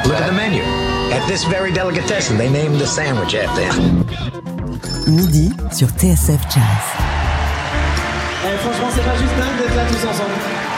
Look at the menu. At this very delicatessen, they named the sandwich after him. Midi sur TSF Jazz. Franchement, c'est pas juste dingue d'être là tous ensemble.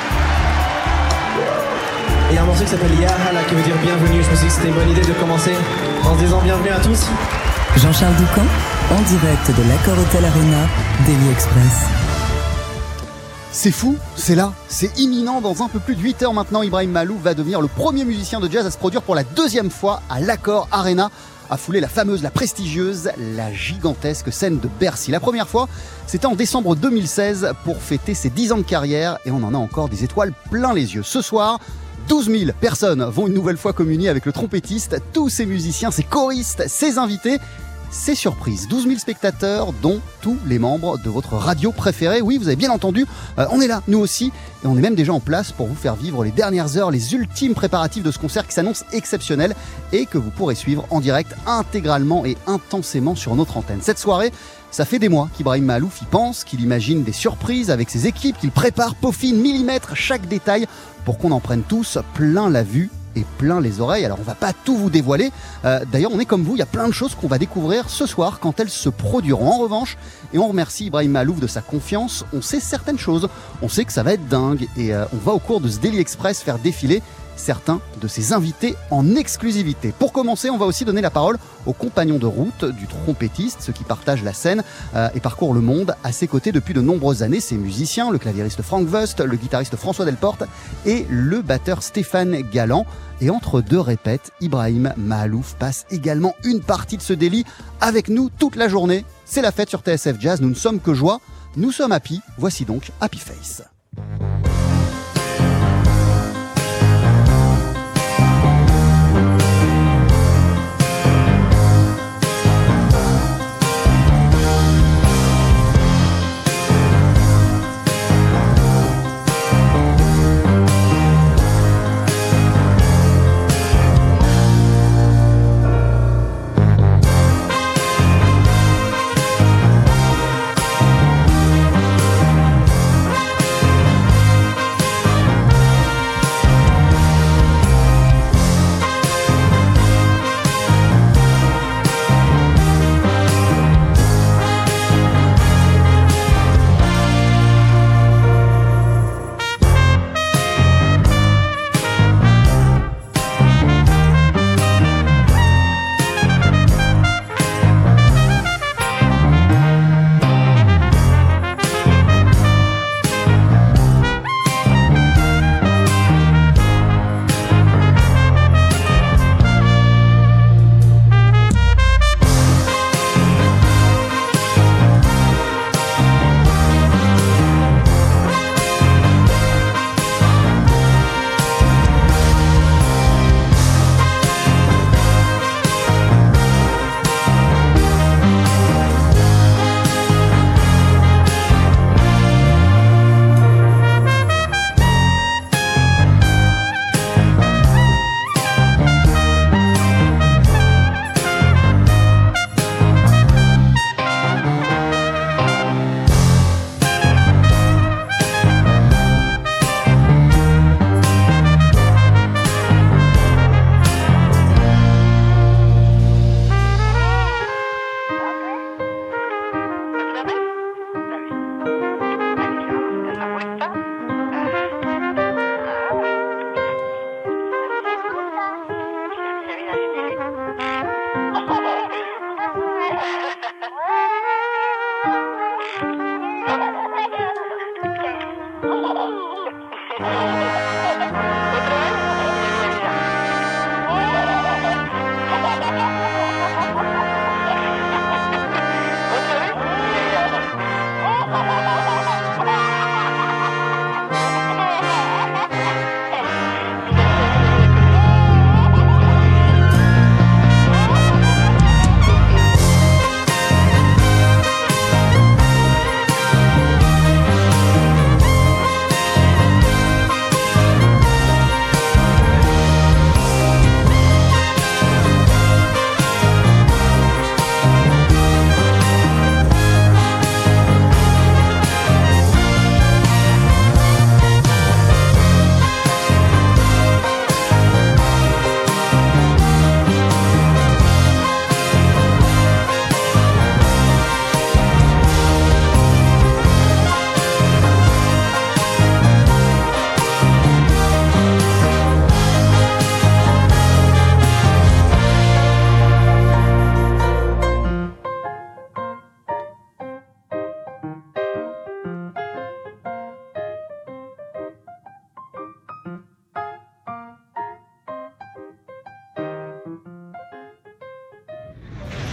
Il y a un morceau qui s'appelle Yahala qui veut dire bienvenue. Je me suis dit que c'était une bonne idée de commencer en se disant bienvenue à tous. Jean-Charles Doucan, en direct de l'Accor Hotel Arena, Daily Express. C'est fou, c'est là, c'est imminent. Dans un peu plus de 8 heures maintenant, Ibrahim Malouf va devenir le premier musicien de jazz à se produire pour la deuxième fois à l'Accor Arena, à fouler la fameuse, la prestigieuse, la gigantesque scène de Bercy. La première fois, c'était en décembre 2016 pour fêter ses 10 ans de carrière et on en a encore des étoiles plein les yeux. Ce soir, 12 000 personnes vont une nouvelle fois communier avec le trompettiste, tous ces musiciens, ces choristes, ces invités. C'est surprise, 12 000 spectateurs, dont tous les membres de votre radio préférée. Oui, vous avez bien entendu, on est là, nous aussi, et on est même déjà en place pour vous faire vivre les dernières heures, les ultimes préparatifs de ce concert qui s'annonce exceptionnel et que vous pourrez suivre en direct intégralement et intensément sur notre antenne. Cette soirée, ça fait des mois qu'Ibrahim Malouf y pense, qu'il imagine des surprises avec ses équipes, qu'il prépare, peaufine, millimètre chaque détail pour qu'on en prenne tous plein la vue et plein les oreilles. Alors on va pas tout vous dévoiler, d'ailleurs on est comme vous, il y a plein de choses qu'on va découvrir ce soir quand elles se produiront. En revanche, et on remercie Ibrahim Malouf de sa confiance, on sait certaines choses, on sait que ça va être dingue et on va au cours de ce Daily Express faire défiler certains de ses invités en exclusivité. Pour commencer, on va aussi donner la parole aux compagnons de route du trompettiste, ceux qui partagent la scène et parcourent le monde à ses côtés depuis de nombreuses années. Ces musiciens, le claviériste Frank Wust, le guitariste François Delporte et le batteur Stéphane Galland. Et entre deux répètes, Ibrahim Malouf passe également une partie de ce délit avec nous toute la journée. C'est la fête sur TSF Jazz, nous ne sommes que joie, nous sommes happy. Voici donc Happy Face.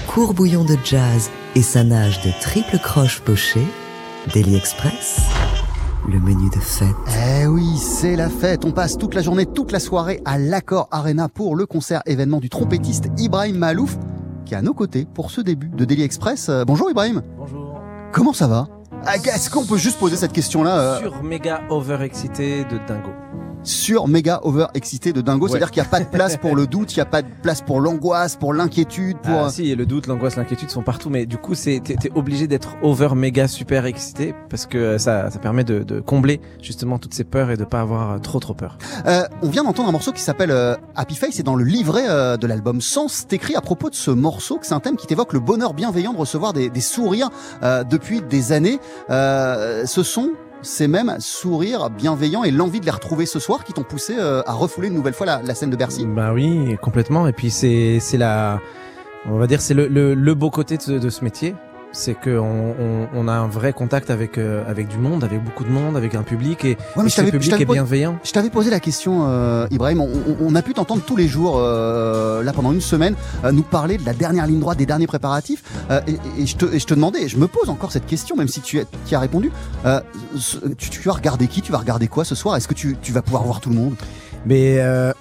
court bouillon de jazz et sa nage de triple croche pochée, Daily Express, le menu de fête. Eh oui, c'est la fête. On passe toute la journée, toute la soirée à l'Accor Arena pour le concert événement du trompettiste Ibrahim Malouf, qui est à nos côtés pour ce début de Daily Express. Bonjour Ibrahim. Bonjour. Comment ça va? Est-ce qu'on peut juste poser cette question-là Sur méga overexcité de dingo. Sur méga overexcité de dingo, Ouais. c'est-à-dire qu'il n'y a pas de place pour le doute, il n'y a pas de place pour l'angoisse, pour l'inquiétude, pour... Ah, si, le doute, l'angoisse, l'inquiétude sont partout, mais du coup, t'es obligé d'être over méga super excité parce que ça permet de combler justement toutes ces peurs et de pas avoir trop peur. On vient d'entendre un morceau qui s'appelle Happy Face, et dans le livret de l'album Sens, t'écris à propos de ce morceau que c'est un thème qui t'évoque le bonheur bienveillant de recevoir des sourires depuis des années. Ce sont ces mêmes sourires bienveillants et l'envie de les retrouver ce soir qui t'ont poussé à refouler une nouvelle fois la scène de Bercy. Bah oui, complètement. Et puis c'est on va dire, c'est le beau côté de ce métier. C'est que on a un vrai contact avec du monde, avec beaucoup de monde, avec un public et ce public est bienveillant. Je t'avais posé la question, Ibrahim. On a pu t'entendre tous les jours, là pendant une semaine, nous parler de la dernière ligne droite, des derniers préparatifs. Et je te demandais, je me pose encore cette question, même si tu as répondu. Tu vas regarder qui? Tu vas regarder quoi ce soir? Est-ce que tu vas pouvoir voir tout le monde? Mais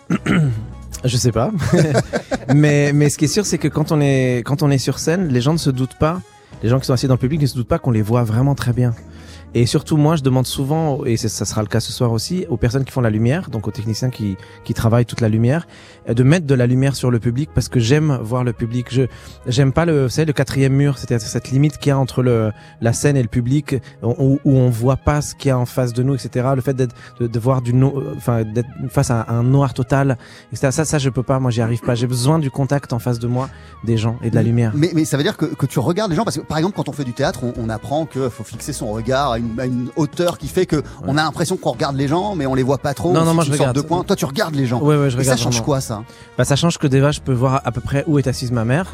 je sais pas. mais ce qui est sûr, c'est que quand on est sur scène, les gens ne se doutent pas. Les gens qui sont assis dans le public ne se doutent pas qu'on les voit vraiment très bien. Et surtout, moi, je demande souvent, et ça sera le cas ce soir aussi, aux personnes qui font la lumière, donc aux techniciens qui travaillent toute la lumière, de mettre de la lumière sur le public parce que j'aime voir le public. J'aime pas le quatrième mur, c'est-à-dire cette limite qu'il y a entre la scène et le public, où on voit pas ce qu'il y a en face de nous, etc. Le fait de voir d'être face à un noir total, etc. Ça, je peux pas, moi, j'y arrive pas. J'ai besoin du contact en face de moi, des gens et de la lumière. Mais ça veut dire que tu regardes les gens, parce que par exemple, quand on fait du théâtre, on apprend qu'il faut fixer son regard à une hauteur qui fait que on a l'impression qu'on regarde les gens, mais on les voit pas trop. Non, moi je regarde. De points. Toi, tu regardes les gens. Ouais, je et regarde. Ça change vraiment. quoi, ça? Bah, ça change que déjà, je peux voir à peu près où est assise ma mère.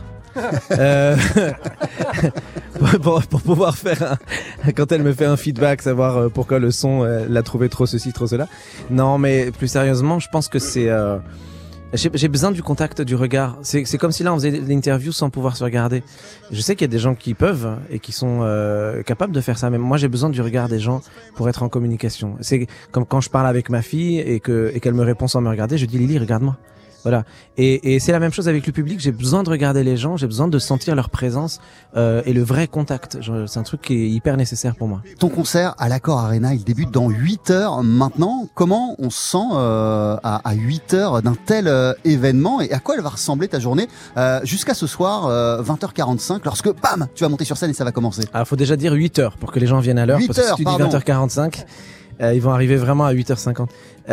Pour pouvoir faire quand elle me fait un feedback, savoir pourquoi le son l'a trouvé trop ceci, trop cela. Non, mais plus sérieusement, je pense que c'est j'ai besoin du contact, du regard. C'est comme si là on faisait l'interview sans pouvoir se regarder. Je sais qu'il y a des gens qui peuvent et qui sont capables de faire ça, mais moi j'ai besoin du regard des gens pour être en communication. C'est comme quand je parle avec ma fille et qu'elle me répond sans me regarder, je dis Lily, regarde-moi. Voilà. Et c'est la même chose avec le public. J'ai besoin de regarder les gens, j'ai besoin de sentir leur présence et le vrai contact. C'est un truc qui est hyper nécessaire pour moi. Ton concert à l'Accor Arena, il débute dans 8 heures maintenant. Comment on se sent à 8 heures d'un tel événement et à quoi elle va ressembler ta journée jusqu'à ce soir 20h45 lorsque bam, tu vas monter sur scène et ça va commencer. Ah, faut déjà dire 8 heures pour que les gens viennent à l'heure. 8 parce que heures, si tu dis pardon. 20h45, ils vont arriver vraiment à 8h50.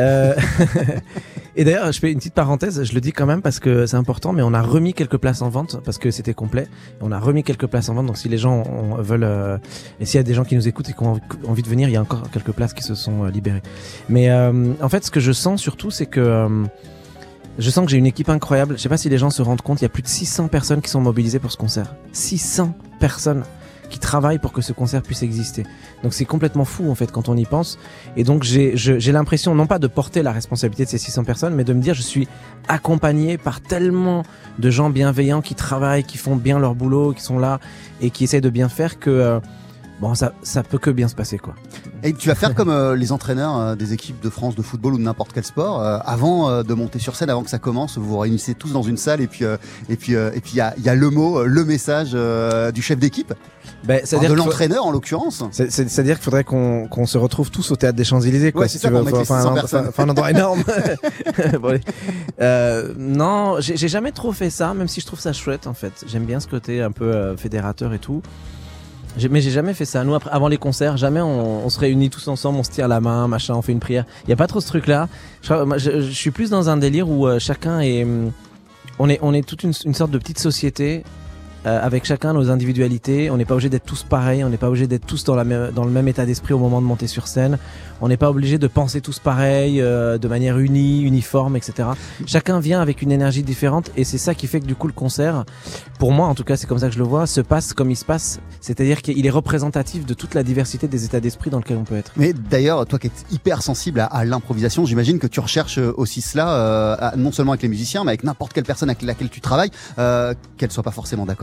Et d'ailleurs, je fais une petite parenthèse, je le dis quand même parce que c'est important, mais on a remis quelques places en vente parce que c'était complet. On a remis quelques places en vente, donc si les gens veulent, et s'il y a des gens qui nous écoutent et qui ont envie de venir, il y a encore quelques places qui se sont libérées. Mais en fait, ce que je sens surtout, c'est que je sens que j'ai une équipe incroyable. Je sais pas si les gens se rendent compte, il y a plus de 600 personnes qui sont mobilisées pour ce concert. 600 personnes qui travaillent pour que ce concert puisse exister. Donc c'est complètement fou en fait quand on y pense. Et donc j'ai l'impression non pas de porter la responsabilité de ces 600 personnes, mais de me dire je suis accompagné par tellement de gens bienveillants qui travaillent, qui font bien leur boulot, qui sont là et qui essayent de bien faire que bon ça peut que bien se passer quoi. Et tu vas faire comme les entraîneurs des équipes de France de football ou de n'importe quel sport. Avant de monter sur scène, avant que ça commence, vous vous réunissez tous dans une salle et puis il y a le mot, le message du chef d'équipe. De l'entraîneur en l'occurrence. C'est-à-dire qu'il faudrait qu'on se retrouve tous au théâtre des Champs-Élysées quoi. Ouais, si c'est tu ça, veux. Enfin un endroit énorme. Bon, non, j'ai jamais trop fait ça, même si je trouve ça chouette en fait. J'aime bien ce côté un peu fédérateur et tout. Mais j'ai jamais fait ça. Nous, avant les concerts, jamais on se réunit tous ensemble, on se tire la main, machin, on fait une prière. Il y a pas trop ce truc-là. Je suis plus dans un délire où chacun est, on est toute une sorte de petite société. Avec chacun nos individualités, on n'est pas obligé d'être tous pareils, on n'est pas obligé d'être tous dans le même état d'esprit au moment de monter sur scène, on n'est pas obligé de penser tous pareil, de manière unie, uniforme, etc. Chacun vient avec une énergie différente et c'est ça qui fait que du coup le concert, pour moi en tout cas c'est comme ça que je le vois, se passe comme il se passe, c'est-à-dire qu'il est représentatif de toute la diversité des états d'esprit dans lesquels on peut être. Mais d'ailleurs, toi qui es hyper sensible à l'improvisation, j'imagine que tu recherches aussi cela, non seulement avec les musiciens, mais avec n'importe quelle personne avec laquelle tu travailles, qu'elle soit pas forcément d'accord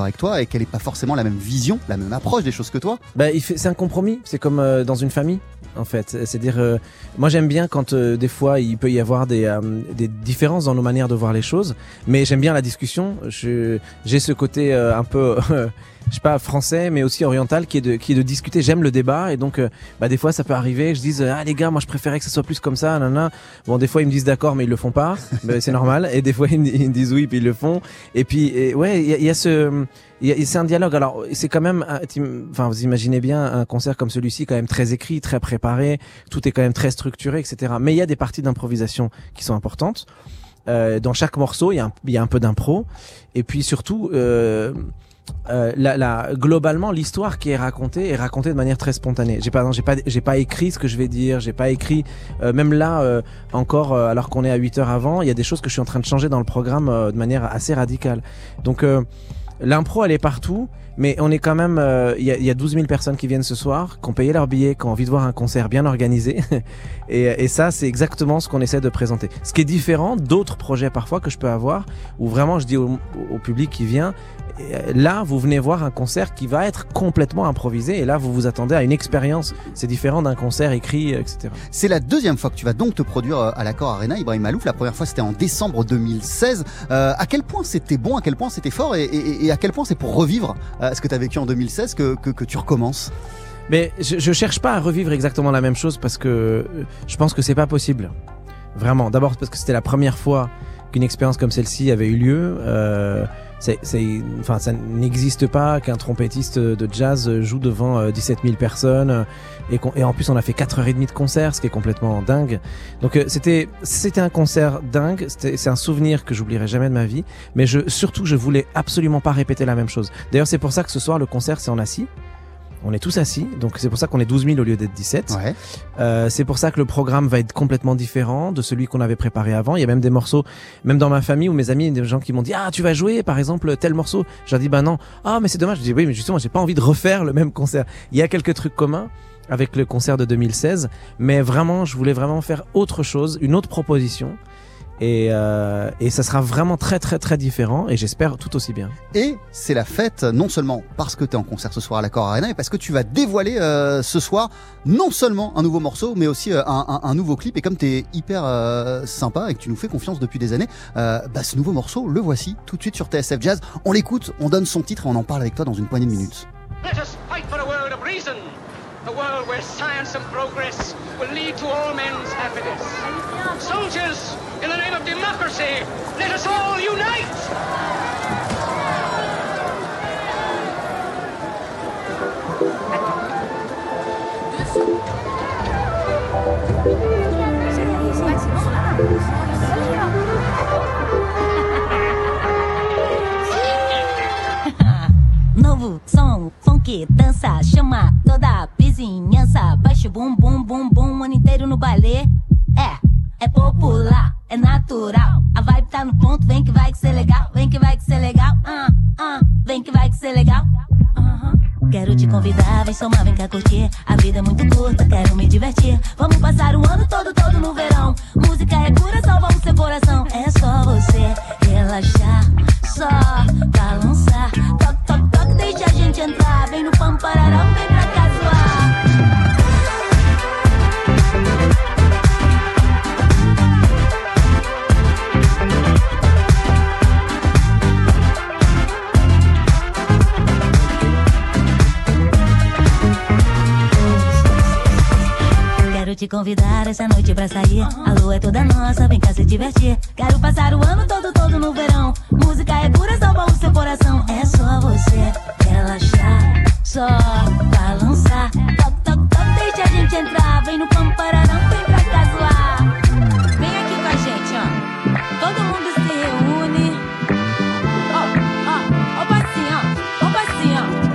avec toi et qu'elle n'ait pas forcément la même vision, la même approche des choses que toi. C'est un compromis, c'est comme dans une famille en fait. C'est-à-dire, moi j'aime bien quand des fois il peut y avoir des différences dans nos manières de voir les choses, mais j'aime bien la discussion. J'ai ce côté un peu je sais pas, français mais aussi oriental qui est de discuter. J'aime le débat et donc des fois ça peut arriver que je dise les gars, moi je préférais que ça soit plus comme ça, nanana. Bon, des fois ils me disent d'accord mais ils le font pas, c'est normal, et des fois ils me disent oui puis ils le font, et puis c'est un dialogue. Alors c'est quand même vous imaginez bien un concert comme celui-ci quand même très écrit, très préparé, tout est quand même très structuré, etc. Mais il y a des parties d'improvisation qui sont importantes. Dans chaque morceau il y a un peu d'impro, et puis surtout globalement l'histoire qui est racontée de manière très spontanée. J'ai pas écrit ce que je vais dire, j'ai pas écrit même là encore alors qu'on est à 8 heures avant, il y a des choses que je suis en train de changer dans le programme de manière assez radicale. Donc l'impro elle est partout, mais on est quand même il y a 12 000 personnes qui viennent ce soir, qui ont payé leur billet, qui ont envie de voir un concert bien organisé et ça c'est exactement ce qu'on essaie de présenter. Ce qui est différent d'autres projets parfois que je peux avoir, où vraiment je dis au public qui vient, là vous venez voir un concert qui va être complètement improvisé, et là vous vous attendez à une expérience, c'est différent d'un concert écrit, etc. C'est la deuxième fois que tu vas donc te produire à l'Accor Arena, Ibrahim Malouf. La première fois c'était en décembre 2016. À quel point c'était bon, à quel point c'était fort, et à quel point c'est pour revivre ce que tu as vécu en 2016 que tu recommences? Mais je cherche pas à revivre exactement la même chose, parce que je pense que c'est pas possible. Vraiment. D'abord parce que c'était la première fois qu'une expérience comme celle-ci avait eu lieu. Ça n'existe pas qu'un trompettiste de jazz joue devant 17 000 personnes, et en plus on a fait 4h30 de concert, ce qui est complètement dingue. Donc c'était un concert dingue, c'est un souvenir que j'oublierai jamais de ma vie, mais surtout je voulais absolument pas répéter la même chose. D'ailleurs c'est pour ça que ce soir le concert c'est en assis. On est tous assis, donc c'est pour ça qu'on est 12 000 au lieu d'être 17. Ouais. C'est pour ça que le programme va être complètement différent de celui qu'on avait préparé avant. Il y a même des morceaux, même dans ma famille ou mes amis, des gens qui m'ont dit tu vas jouer par exemple tel morceau. Je leur dis non. Mais c'est dommage. Je dis oui, mais justement j'ai pas envie de refaire le même concert. Il y a quelques trucs communs avec le concert de 2016, mais vraiment je voulais vraiment faire autre chose, une autre proposition. Et ça sera vraiment très très très différent, et j'espère tout aussi bien. Et c'est la fête non seulement parce que tu es en concert ce soir à l'Accor Arena, mais parce que tu vas dévoiler ce soir non seulement un nouveau morceau, mais aussi un nouveau clip. Et comme tu es hyper sympa et que tu nous fais confiance depuis des années, ce nouveau morceau, le voici tout de suite sur TSF Jazz. On l'écoute, on donne son titre et on en parle avec toi dans une poignée de minutes. Let us fight for a world of reason, a world where science and progress will lead to all men's happiness. Soldiers, in the name of democracy, let us all unite! Novo som, funk, dança, chama toda a vizinhança. Baixa o bum, bum, bum, bum, o ano inteiro no baile. É popular, é natural. A vibe tá no ponto, vem que vai que ser legal. Vem que vai que ser legal, vem que vai que ser legal. Quero te convidar, vem somar, vem cá curtir. A vida é muito curta, quero me divertir. Vamos passar o ano todo, todo no verão. Música é cura, salva o seu coração. É só você relaxar, só balançar. Toque, toque, toque, deixa a gente entrar. Vem no pampararão, vem pra cá zoar. Quero te convidar essa noite pra sair. A lua é toda nossa, vem cá se divertir. Quero passar o ano todo, todo no verão. Música é pura, salva o seu coração. É só você relaxar, só balançar. Toque, toque, toque, deixa a gente entrar. Vem no pampararão, vem pra cá zoar. Vem aqui com a gente, ó. Todo mundo se reúne. Ó o passinho, ó. Ó o passinho, ó.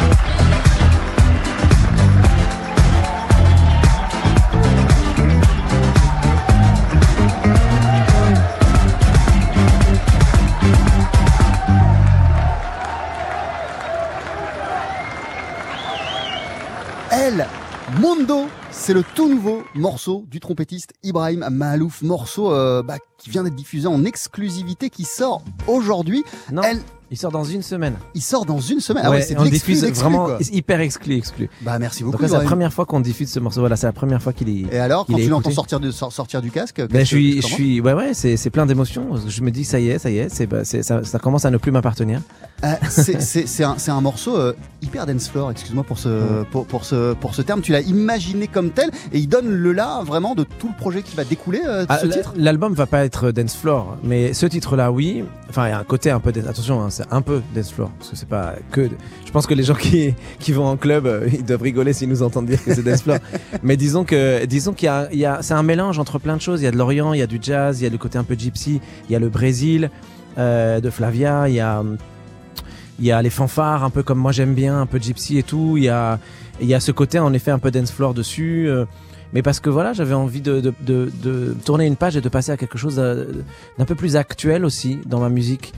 El Mundo, c'est le tout nouveau morceau du trompettiste Ibrahim Maalouf, morceau qui vient d'être diffusé en exclusivité, qui sort aujourd'hui. Non, il sort dans une semaine. Il sort dans une semaine. Ah ouais, c'est on diffuse vraiment quoi. Hyper exclu. Bah merci beaucoup. Donc c'est la première fois qu'on diffuse ce morceau. Voilà, c'est la première fois qu'il est. Et alors, quand tu l'entends écouté. sortir du casque, Ben je suis, ouais, c'est plein d'émotions. Je me dis ça y est, ça commence à ne plus m'appartenir. C'est un morceau hyper dance floor. Excuse-moi pour ce terme. Tu l'as imaginé comme tel et il donne le là vraiment de tout le projet qui va découler de ce titre. L'album va pas être dance floor, mais ce titre-là, oui. Enfin, il y a un côté un peu. Attention, hein, c'est un peu dance floor parce que c'est pas que. Je pense que les gens qui vont en club, ils doivent rigoler s'ils nous entendent dire que c'est dance floor. Mais disons qu'il y a, c'est un mélange entre plein de choses. Il y a de l'Orient, il y a du jazz, il y a le côté un peu gypsy, il y a le Brésil de Flavia, il y a les fanfares un peu comme moi j'aime bien, un peu gypsy et tout. Il y a ce côté en effet un peu dance floor dessus. Mais parce que voilà, j'avais envie de tourner une page et de passer à quelque chose d'un peu plus actuel aussi dans ma musique.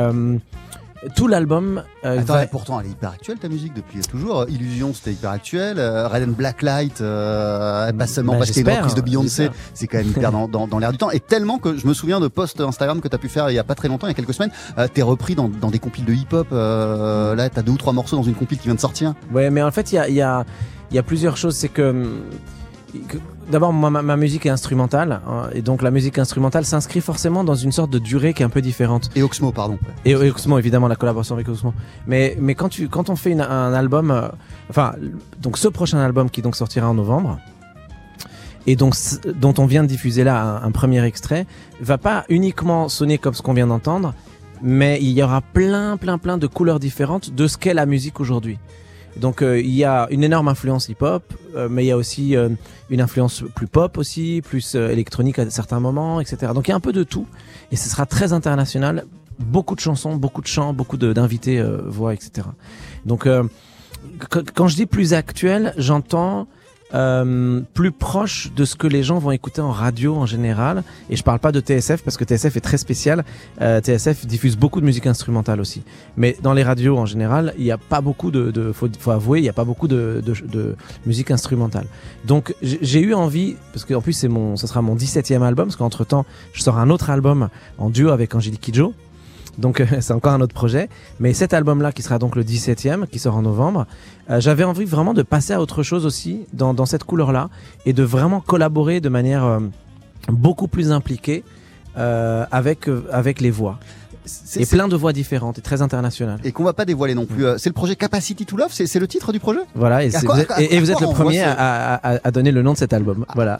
Tout l'album. Pourtant, elle est hyper actuelle ta musique depuis toujours. Illusion, c'était hyper actuel. Red and Black Light, pas seulement parce qu'il y a une reprise de Beyoncé, c'est quand même hyper dans l'air du temps. Et tellement que je me souviens de posts Instagram que t'as pu faire il y a pas très longtemps, il y a quelques semaines. T'es repris dans des compiles de hip-hop. Là, t'as 2 ou 3 morceaux dans une compile qui vient de sortir. Ouais, mais en fait, il y a plusieurs choses. C'est que d'abord, ma musique est instrumentale, hein, et donc la musique instrumentale s'inscrit forcément dans une sorte de durée qui est un peu différente. Et Oxmo, pardon. Et Oxmo, évidemment, la collaboration avec Oxmo. Mais quand on fait un album, donc ce prochain album qui donc sortira en novembre, et donc dont on vient de diffuser là un premier extrait, va pas uniquement sonner comme ce qu'on vient d'entendre, mais il y aura plein de couleurs différentes de ce qu'est la musique aujourd'hui. Donc il y a une énorme influence hip-hop, mais il y a aussi une influence plus pop aussi, plus électronique à certains moments, etc. Donc il y a un peu de tout, et ce sera très international, beaucoup de chansons, beaucoup de chants, beaucoup d'invités, voix, etc. Donc quand je dis plus actuel, j'entends plus proche de ce que les gens vont écouter en radio en général, et je parle pas de TSF parce que TSF est très spécial. TSF diffuse beaucoup de musique instrumentale aussi, mais dans les radios en général il y a pas beaucoup faut avouer, il y a pas beaucoup de musique instrumentale. Donc j'ai eu envie, parce qu'en plus ce sera mon 17e album, parce qu'entre temps je sors un autre album en duo avec Angélique Kidjo. Donc c'est encore un autre projet, mais cet album-là qui sera donc le 17e, qui sort en novembre, j'avais envie vraiment de passer à autre chose aussi dans cette couleur-là, et de vraiment collaborer de manière beaucoup plus impliquée avec les voix. Et plein de voix différentes et très internationales. Et qu'on va pas dévoiler non plus. C'est le projet Capacity to Love, c'est le titre du projet. Voilà, et vous êtes le premier à donner le nom de cet album. Voilà.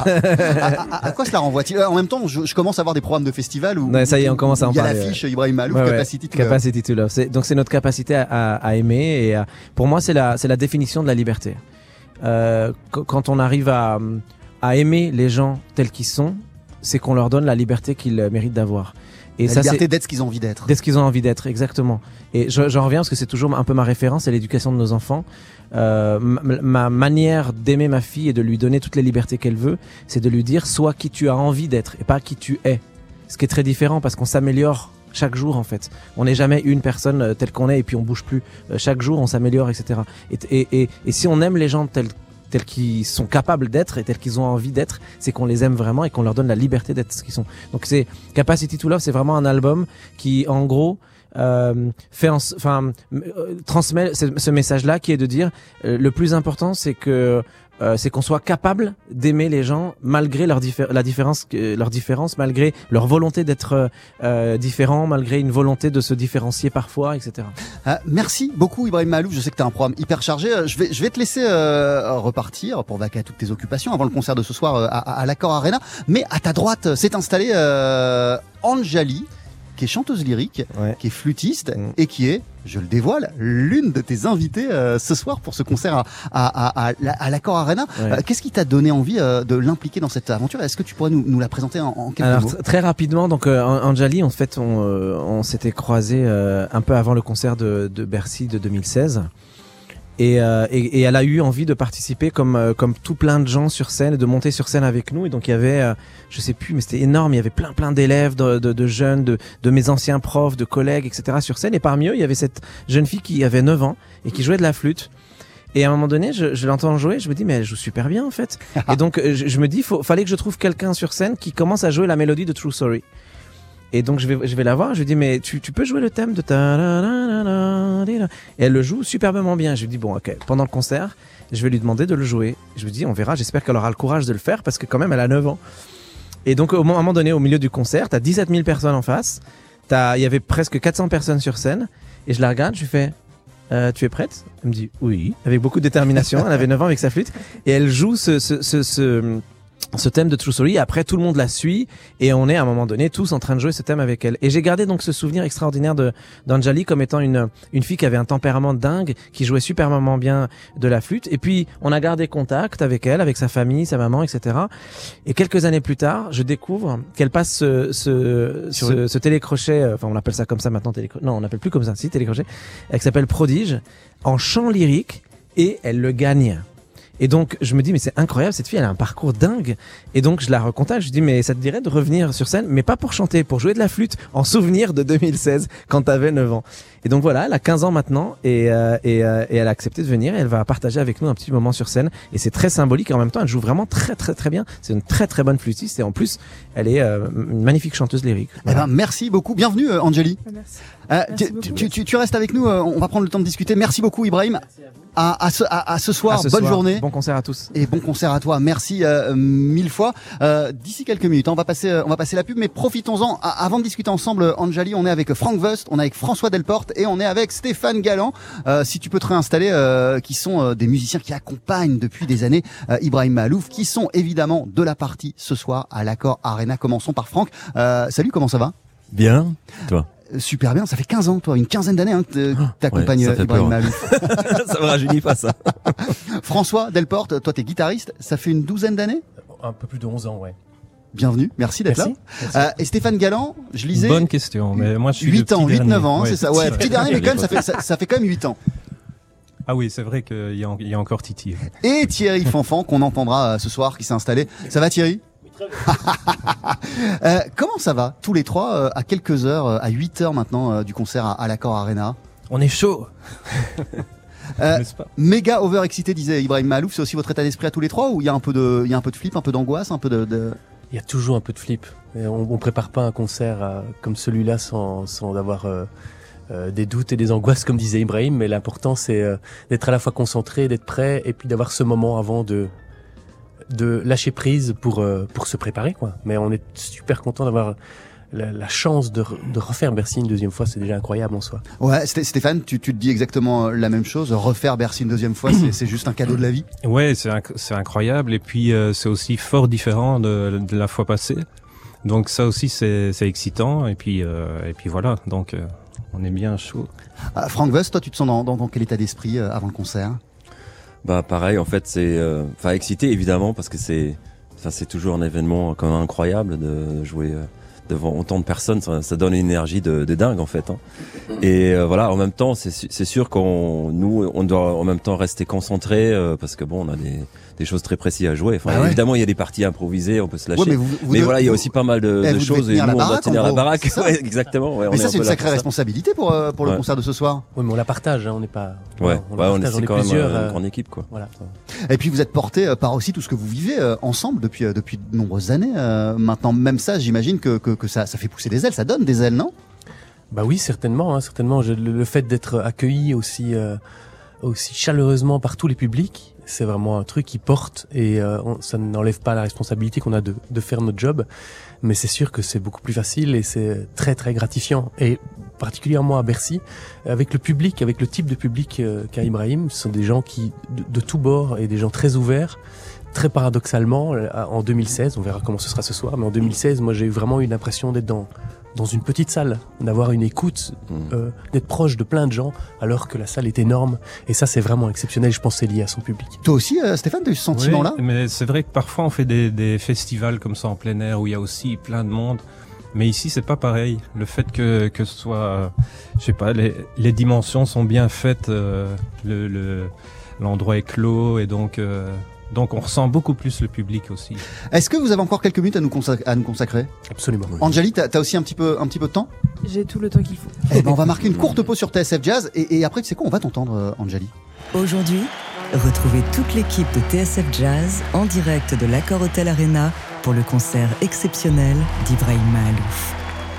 À quoi cela renvoie-t-il? En même temps, je commence à avoir des programmes de festival où ça y est, on commence à en parler. Il y a l'affiche Ibrahim Maalouf, Capacity to Love. Capacity to Love. Donc c'est notre capacité à aimer, et pour moi c'est la définition de la liberté. Quand on arrive à aimer les gens tels qu'ils sont, c'est qu'on leur donne la liberté qu'ils méritent d'avoir. Et la liberté d'être ce qu'ils ont envie d'être. D'être ce qu'ils ont envie d'être, exactement. Et j'en reviens parce que c'est toujours un peu ma référence, c'est l'éducation de nos enfants. Ma manière d'aimer ma fille et de lui donner toutes les libertés qu'elle veut, c'est de lui dire sois qui tu as envie d'être et pas qui tu es. Ce qui est très différent parce qu'on s'améliore chaque jour en fait. On n'est jamais une personne telle qu'on est et puis on bouge plus. Chaque jour on s'améliore, etc. Et si on aime les gens tels qu'ils sont capables d'être et tels qu'ils ont envie d'être, c'est qu'on les aime vraiment et qu'on leur donne la liberté d'être ce qu'ils sont. Donc c'est Capacity to Love, c'est vraiment un album qui en gros transmet ce message-là, qui est de dire le plus important c'est qu'on soit capable d'aimer les gens malgré leur différence, malgré leur volonté d'être différents, malgré une volonté de se différencier parfois, etc. Merci beaucoup Ibrahim Maalouf, je sais que tu as un programme hyper chargé. Je vais te laisser repartir pour vaquer à toutes tes occupations avant le concert de ce soir à l'Accor Arena. Mais à ta droite s'est installée Anjali, qui est chanteuse lyrique, qui est flûtiste et qui est, je le dévoile, l'une de tes invitées ce soir pour ce concert à l'Accor Arena. Qu'est-ce qui t'a donné envie de l'impliquer dans cette aventure? Est-ce que tu pourrais nous la présenter en quelques mots? Très rapidement, donc Anjali, en fait, on s'était croisés un peu avant le concert de Bercy de 2016. Et elle a eu envie de participer comme tout plein de gens sur scène et de monter sur scène avec nous. Et donc il y avait, je sais plus, mais c'était énorme. Il y avait plein d'élèves, de jeunes, de mes anciens profs, de collègues, etc. sur scène. Et parmi eux, il y avait cette jeune fille qui avait 9 ans et qui jouait de la flûte. Et à un moment donné, je l'entends jouer, je me dis mais elle joue super bien en fait. Et donc je me dis fallait que je trouve quelqu'un sur scène qui commence à jouer la mélodie de True Story. Et donc je vais la voir, je lui dis mais tu peux jouer le thème de et elle le joue superbement bien. Je lui dis bon ok, pendant le concert, je vais lui demander de le jouer. Je lui dis on verra, j'espère qu'elle aura le courage de le faire parce que quand même elle a 9 ans. Et donc à un moment donné, au milieu du concert, t'as 17 000 personnes en face, il y avait presque 400 personnes sur scène et je la regarde, je lui fais tu es prête? Elle me dit oui, avec beaucoup de détermination. Elle avait 9 ans avec sa flûte et elle joue ce thème de True Story. Après, tout le monde la suit et on est à un moment donné tous en train de jouer ce thème avec elle. Et j'ai gardé donc ce souvenir extraordinaire d'Anjali comme étant une fille qui avait un tempérament dingue, qui jouait superbement bien de la flûte. Et puis, on a gardé contact avec elle, avec sa famille, sa maman, etc. Et quelques années plus tard, je découvre qu'elle passe ce télécrochet, enfin on appelle ça comme ça maintenant, non on n'appelle plus comme ça, si télécrochet, qui s'appelle Prodige, en chant lyrique et elle le gagne. Et donc, je me dis, mais c'est incroyable, cette fille, elle a un parcours dingue. Et donc, je la recontacte, je dis, mais ça te dirait de revenir sur scène, mais pas pour chanter, pour jouer de la flûte, en souvenir de 2016, quand t'avais 9 ans. Et donc voilà, elle a 15 ans maintenant, et elle a accepté de venir, et elle va partager avec nous un petit moment sur scène. Et c'est très symbolique, et en même temps, elle joue vraiment très très très bien. C'est une très très bonne flûtiste, et en plus, elle est une magnifique chanteuse lyrique. Voilà. Eh ben, merci beaucoup. Bienvenue, Anjali. Merci. Tu restes avec nous, on va prendre le temps de discuter. Merci beaucoup, Ibrahim. À ce soir, bonne journée. Bon concert à tous. Et bon concert à toi. Merci 1000 fois. D'ici quelques minutes, on va passer la pub, mais profitons-en. Avant de discuter ensemble, Anjali, on est avec Frank Wust, on est avec François Delporte et on est avec Stéphane Galland. Si tu peux te réinstaller, qui sont des musiciens qui accompagnent depuis des années Ibrahim Maalouf, qui sont évidemment de la partie ce soir à l'Accor Arena. Commençons par Franck. Salut, comment ça va? Bien, toi? Super bien, ça fait 15 ans, toi, une quinzaine d'années que t'accompagnes Ibrahim Maalouf. Ça me rajeunit pas, ça. François Delporte, toi t'es guitariste, ça fait une douzaine d'années? Un peu plus de 11 ans, ouais. Bienvenue, merci d'être là. Et Stéphane Galland, je lisais... Bonne question, mais moi je suis 8-9 ans, c'est ça. Ouais, petit dernier, mais quand même, ça fait quand même 8 ans. Ah oui, c'est vrai qu'il y a encore Titi. Et Thierry Fanfan, qu'on entendra ce soir, qui s'est installé. Ça va Thierry? Comment ça va tous les trois à quelques heures, à 8 heures maintenant du concert à l'Accor Arena? On est chaud. Méga overexcité, disait Ibrahim Maalouf. C'est aussi votre état d'esprit à tous les trois, ou il y a un peu de flip, un peu d'angoisse, un peu de... Il y a toujours un peu de flip. Et on prépare pas un concert comme celui-là sans avoir des doutes et des angoisses, comme disait Ibrahim. Mais l'important c'est d'être à la fois concentré, d'être prêt, et puis d'avoir ce moment avant de lâcher prise pour se préparer, quoi. Mais on est super content d'avoir la chance de refaire Bercy une deuxième fois. C'est déjà incroyable en soi. Ouais, Stéphane, tu te dis exactement la même chose. Refaire Bercy une deuxième fois, c'est juste un cadeau de la vie. Ouais, c'est incroyable. Et puis c'est aussi fort différent de la fois passée. Donc ça aussi c'est excitant. Et puis voilà. Donc on est bien chaud. Frank Wust, toi tu te sens dans quel état d'esprit avant le concert? Bah pareil, en fait c'est excité évidemment parce que c'est toujours un événement quand même incroyable de jouer devant autant de personnes. Ça donne une énergie de dingue en fait, hein. Et voilà, en même temps c'est sûr on doit en même temps rester concentré parce que bon, on a des choses très précises à jouer. Enfin, évidemment il y a des parties improvisées, on peut se lâcher, mais voilà, il y a aussi pas mal de choses, et nous on doit tenir la baraque. Ouais, exactement, ouais, mais ça c'est une sacrée responsabilité pour le concert de ce soir. Oui, mais on la partage, hein, on n'est pas... on est quand même une grande équipe, quoi. Voilà. Et puis vous êtes porté par aussi tout ce que vous vivez ensemble depuis de nombreuses années maintenant. Même ça, j'imagine que ça fait pousser des ailes, ça donne des ailes, non? Bah oui, certainement, hein, certainement. Le fait d'être accueilli aussi chaleureusement par tous les publics, c'est vraiment un truc qui porte, et ça n'enlève pas la responsabilité qu'on a de faire notre job, mais c'est sûr que c'est beaucoup plus facile et c'est très très gratifiant, et particulièrement à Bercy, avec le public, avec le type de public qu'a Ibrahim. Ce sont des gens qui de tous bords, et des gens très ouverts. Très paradoxalement, en 2016, on verra comment ce sera ce soir, mais en 2016, moi j'ai eu vraiment eu l'impression d'être dans une petite salle, d'avoir une écoute, d'être proche de plein de gens, alors que la salle est énorme. Et ça, c'est vraiment exceptionnel. Je pense que c'est lié à son public. Toi aussi, Stéphane, tu as eu ce sentiment-là? Oui, mais c'est vrai que parfois on fait des festivals comme ça en plein air où il y a aussi plein de monde. Mais ici, c'est pas pareil. Le fait que ce soit, je sais pas, les dimensions sont bien faites, l'endroit est clos et donc on ressent beaucoup plus le public aussi. Est-ce que vous avez encore quelques minutes à nous consacrer? Absolument. Anjali, t'as aussi un petit peu de temps? J'ai tout le temps qu'il faut. Eh ben, on va marquer une courte pause sur TSF Jazz et après, tu sais quoi, on va t'entendre, Anjali. Aujourd'hui, retrouvez toute l'équipe de TSF Jazz en direct de l'Accor Hotel Arena pour le concert exceptionnel d'Ibrahim Mahalouf.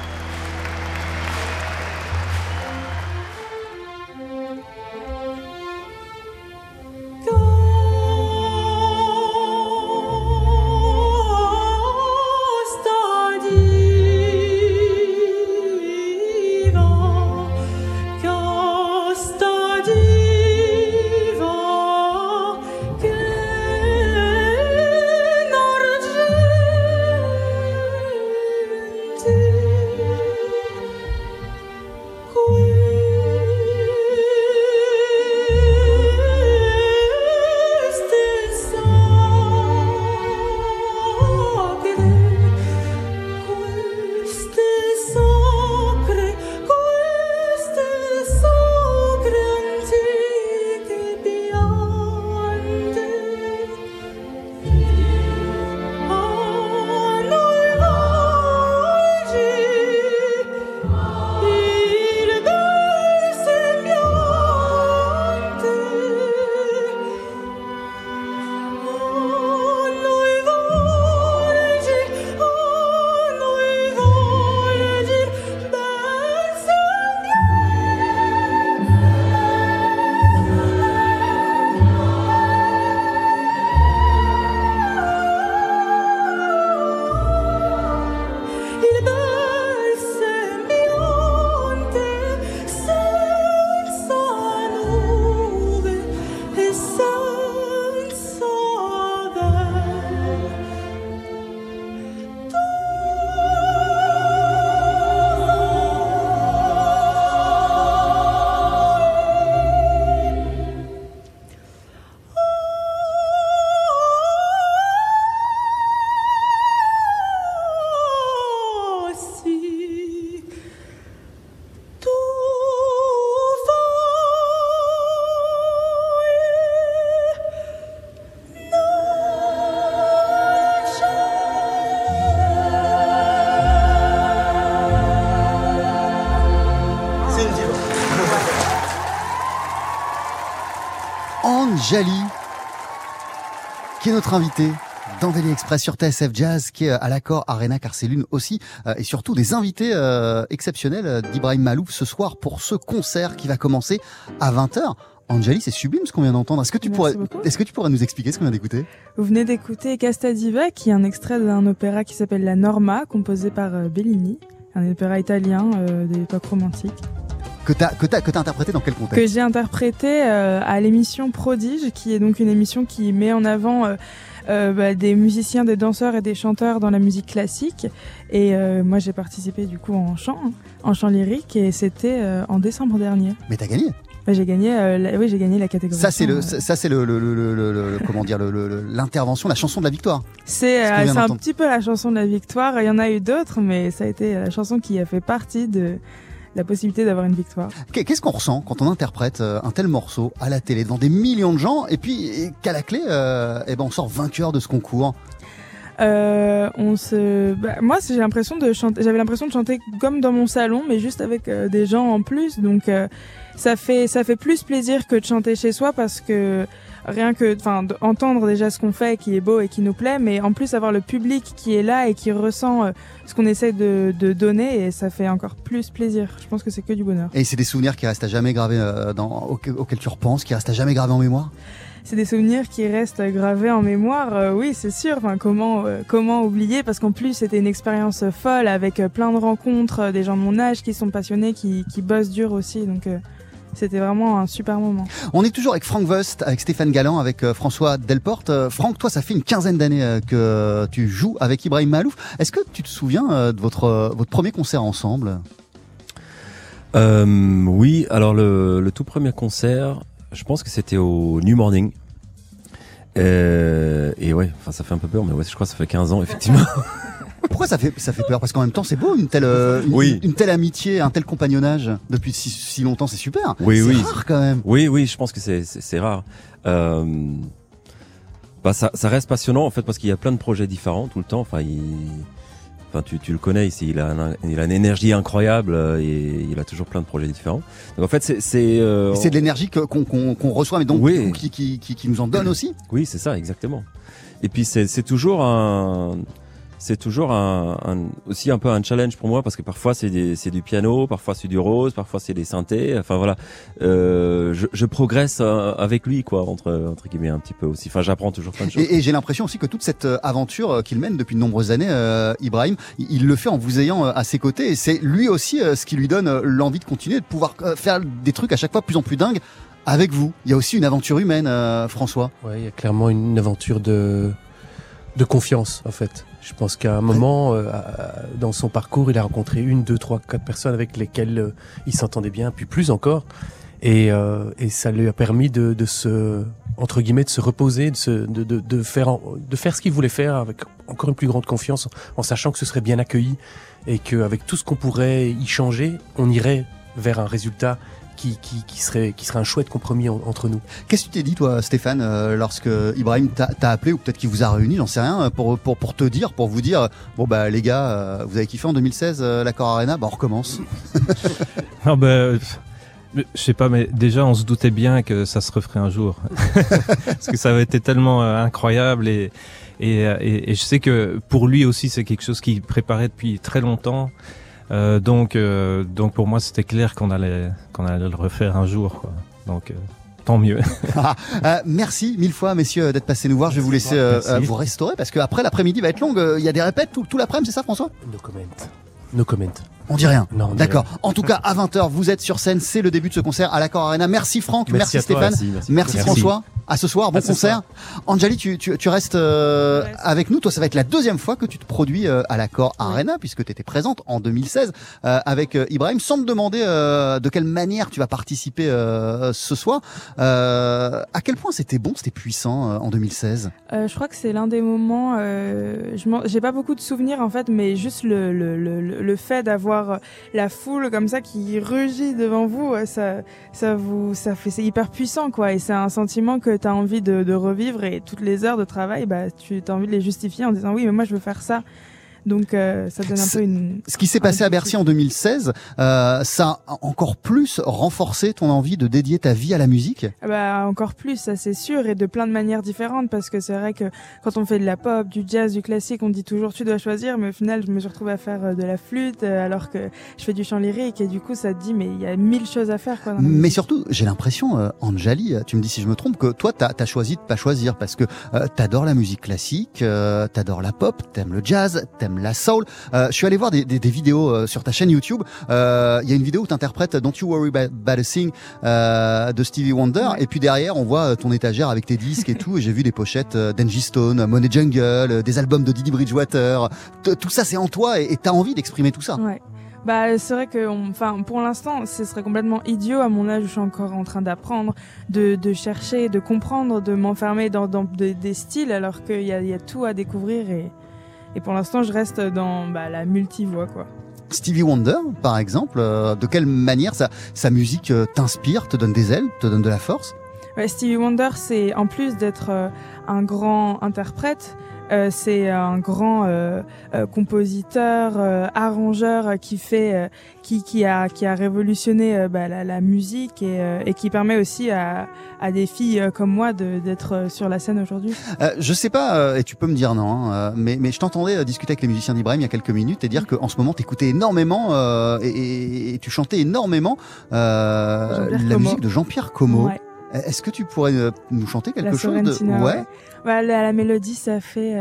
Anjali, qui est notre invitée dans Daily Express sur TSF Jazz, qui est à l'Accor Arena, car c'est l'une aussi et surtout des invités exceptionnels d'Ibrahim Mahalouf ce soir pour ce concert qui va commencer à 20h. Anjali, c'est sublime ce qu'on vient d'entendre. Est-ce que tu pourrais nous expliquer ce qu'on vient d'écouter? Vous venez d'écouter Casta Diva, qui est un extrait d'un opéra qui s'appelle La Norma, composé par Bellini, un opéra italien de l'époque romantique. Que t'as interprété dans quel contexte? Que j'ai interprété à l'émission Prodige, qui est donc une émission qui met en avant des musiciens, des danseurs et des chanteurs dans la musique classique. Et moi, j'ai participé du coup en chant lyrique, et c'était en décembre dernier. Mais t'as gagné? J'ai gagné la catégorie. Ça c'est l'intervention, la chanson de la victoire. C'est un petit peu la chanson de la victoire. Il y en a eu d'autres, mais ça a été la chanson qui a fait partie de la possibilité d'avoir une victoire. Qu'est-ce qu'on ressent quand on interprète un tel morceau à la télé devant des millions de gens et puis qu'à la clé, on sort vainqueur de ce concours? Moi, j'avais l'impression de chanter comme dans mon salon, mais juste avec des gens en plus. Donc, ça fait plus plaisir que de chanter chez soi, parce que rien que, entendre déjà ce qu'on fait, qui est beau et qui nous plaît, mais en plus avoir le public qui est là et qui ressent ce qu'on essaie de donner, et ça fait encore plus plaisir. Je pense que c'est que du bonheur. Et c'est des souvenirs qui restent à jamais gravés auxquels tu repenses, qui restent à jamais gravés en mémoire? C'est des souvenirs qui restent gravés en mémoire, oui, c'est sûr. Comment oublier, parce qu'en plus c'était une expérience folle, avec plein de rencontres, des gens de mon âge qui sont passionnés, qui bossent dur aussi, donc c'était vraiment un super moment. On est toujours avec Franck Wust, avec Stéphane Galland, avec François Delporte. Franck, toi, ça fait une quinzaine d'années que tu joues avec Ibrahim Mahalouf. Est-ce que tu te souviens de votre premier concert ensemble? Oui, alors le tout premier concert, je pense que c'était au New Morning. Et ouais, ça fait un peu peur, mais ouais, je crois que ça fait 15 ans, effectivement. pourquoi ça fait peur? Parce qu'en même temps, c'est beau, une telle amitié, un tel compagnonnage depuis si longtemps, c'est super. Oui, c'est rare quand même. Oui, je pense que c'est rare. Ça reste passionnant en fait parce qu'il y a plein de projets différents tout le temps. Tu le connais ici, il a une énergie incroyable et il a toujours plein de projets différents. Donc en fait, c'est de l'énergie qu'on reçoit, mais donc oui. qui nous en donne aussi. Oui, c'est ça, exactement. Et puis c'est toujours aussi un peu un challenge pour moi parce que parfois c'est du piano, parfois c'est du rose, parfois c'est des synthés. Enfin voilà, je progresse avec lui quoi entre guillemets un petit peu aussi. Enfin j'apprends toujours plein de choses. Et j'ai l'impression aussi que toute cette aventure qu'il mène depuis de nombreuses années, Ibrahim, il le fait en vous ayant à ses côtés et c'est lui aussi ce qui lui donne l'envie de continuer, de pouvoir faire des trucs à chaque fois de plus en plus dingues avec vous. Il y a aussi une aventure humaine, François. Ouais, il y a clairement une aventure de confiance en fait. Je pense qu'à un moment, dans son parcours, il a rencontré 1, 2, 3, 4 personnes avec lesquelles il s'entendait bien, puis plus encore. Et ça lui a permis de se, entre guillemets, de se reposer, de faire ce qu'il voulait faire avec encore une plus grande confiance, en sachant que ce serait bien accueilli et qu'avec tout ce qu'on pourrait y changer, on irait vers un résultat qui serait un chouette compromis entre nous. Qu'est-ce que tu t'es dit, toi, Stéphane, lorsque Ibrahim t'a appelé, ou peut-être qu'il vous a réunis, j'en sais rien, pour vous dire, bon bah les gars, vous avez kiffé en 2016 l'Accor Arena, bah on recommence. Ah je sais pas, mais déjà on se doutait bien que ça se referait un jour, parce que ça avait été tellement incroyable et je sais que pour lui aussi c'est quelque chose qu'il préparait depuis très longtemps. Donc pour moi c'était clair qu'on allait le refaire un jour quoi. Donc tant mieux. Merci 1000 fois messieurs d'être passés nous voir. Je vais vous laisser vous restaurer parce que après l'après-midi va être longue. Il y a des répètes tout l'après-midi, c'est ça François? No comment. On dit rien. Non, d'accord. En tout cas, à 20h, vous êtes sur scène. C'est le début de ce concert à l'Accor Arena. Merci Franck, merci Stéphane, merci François. À ce soir, bon concert. Anjali, tu restes avec nous. Toi, ça va être la deuxième fois que tu te produis à l'Accor Arena puisque tu étais présente en 2016 avec Ibrahim. Sans me demander de quelle manière tu vas participer ce soir. À quel point c'était bon, c'était puissant en 2016? Je crois que c'est l'un des moments. J'ai pas beaucoup de souvenirs en fait, mais juste le fait d'avoir la foule comme ça qui rugit devant vous, c'est hyper puissant quoi. Et c'est un sentiment que t'as envie de revivre et toutes les heures de travail, tu as envie de les justifier en disant oui, mais moi je veux faire ça. Donc ça donne un peu une... Ce qui s'est passé à Bercy en 2016, ça a encore plus renforcé ton envie de dédier ta vie à la musique? Encore plus, ça c'est sûr, et de plein de manières différentes, parce que c'est vrai que quand on fait de la pop, du jazz, du classique, on dit toujours tu dois choisir, mais au final je me suis retrouvée à faire de la flûte alors que je fais du chant lyrique, et du coup ça te dit mais il y a 1000 choses à faire quoi. Mais surtout, j'ai l'impression, Anjali, tu me dis si je me trompe, que toi t'as choisi de pas choisir parce que t'adores la musique classique, t'adores la pop, t'aimes le jazz, t'aimes la soul. Je suis allé voir des vidéos sur ta chaîne YouTube. Il y a une vidéo où t'interprètes Don't You Worry About a Thing de Stevie Wonder, et puis derrière on voit ton étagère avec tes disques et tout, et j'ai vu des pochettes d'Angie Stone, Monet Jungle, des albums de Didi Bridgewater. Tout ça c'est en toi et t'as envie d'exprimer tout ça. Ouais. C'est vrai que, pour l'instant, ce serait complètement idiot à mon âge où je suis encore en train d'apprendre, de chercher, de comprendre, de m'enfermer dans des styles, alors qu'il y a tout à découvrir, et pour l'instant, je reste dans la multivoix, quoi. Stevie Wonder, par exemple, de quelle manière sa musique t'inspire, te donne des ailes, te donne de la force? Stevie Wonder, c'est en plus d'être un grand interprète, c'est un grand compositeur, arrangeur qui a révolutionné la musique et qui permet aussi à des filles comme moi d'être sur la scène aujourd'hui. Je sais pas, et tu peux me dire non, mais je t'entendais discuter avec les musiciens d'Ibrahim il y a quelques minutes et dire qu'en ce moment t'écoutais énormément et tu chantais énormément la musique de Jean-Pierre Como. Ouais. Est-ce que tu pourrais nous chanter quelque chose de... Ouais. La mélodie, ça fait...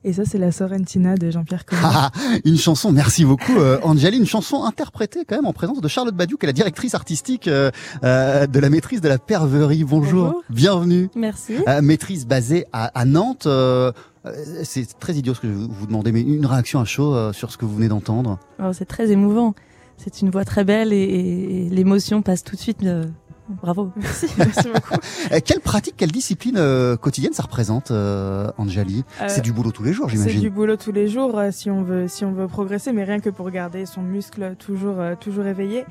Et ça, c'est la Sorrentina de Jean-Pierre Cohen. Une chanson, merci beaucoup Anjali, une chanson interprétée quand même en présence de Charlotte Badiou, qui est la directrice artistique de la maîtrise de la Perverie. Bonjour. Bienvenue. Merci. Maîtrise basée à Nantes. C'est très idiot ce que je vais vous demander, mais une réaction à chaud sur ce que vous venez d'entendre. Oh, c'est très émouvant. C'est une voix très belle et l'émotion passe tout de suite. Bravo. Merci beaucoup. Quelle pratique, quelle discipline quotidienne ça représente, Anjali? C'est du boulot tous les jours, j'imagine. C'est du boulot tous les jours si on veut progresser, mais rien que pour garder son muscle toujours éveillé.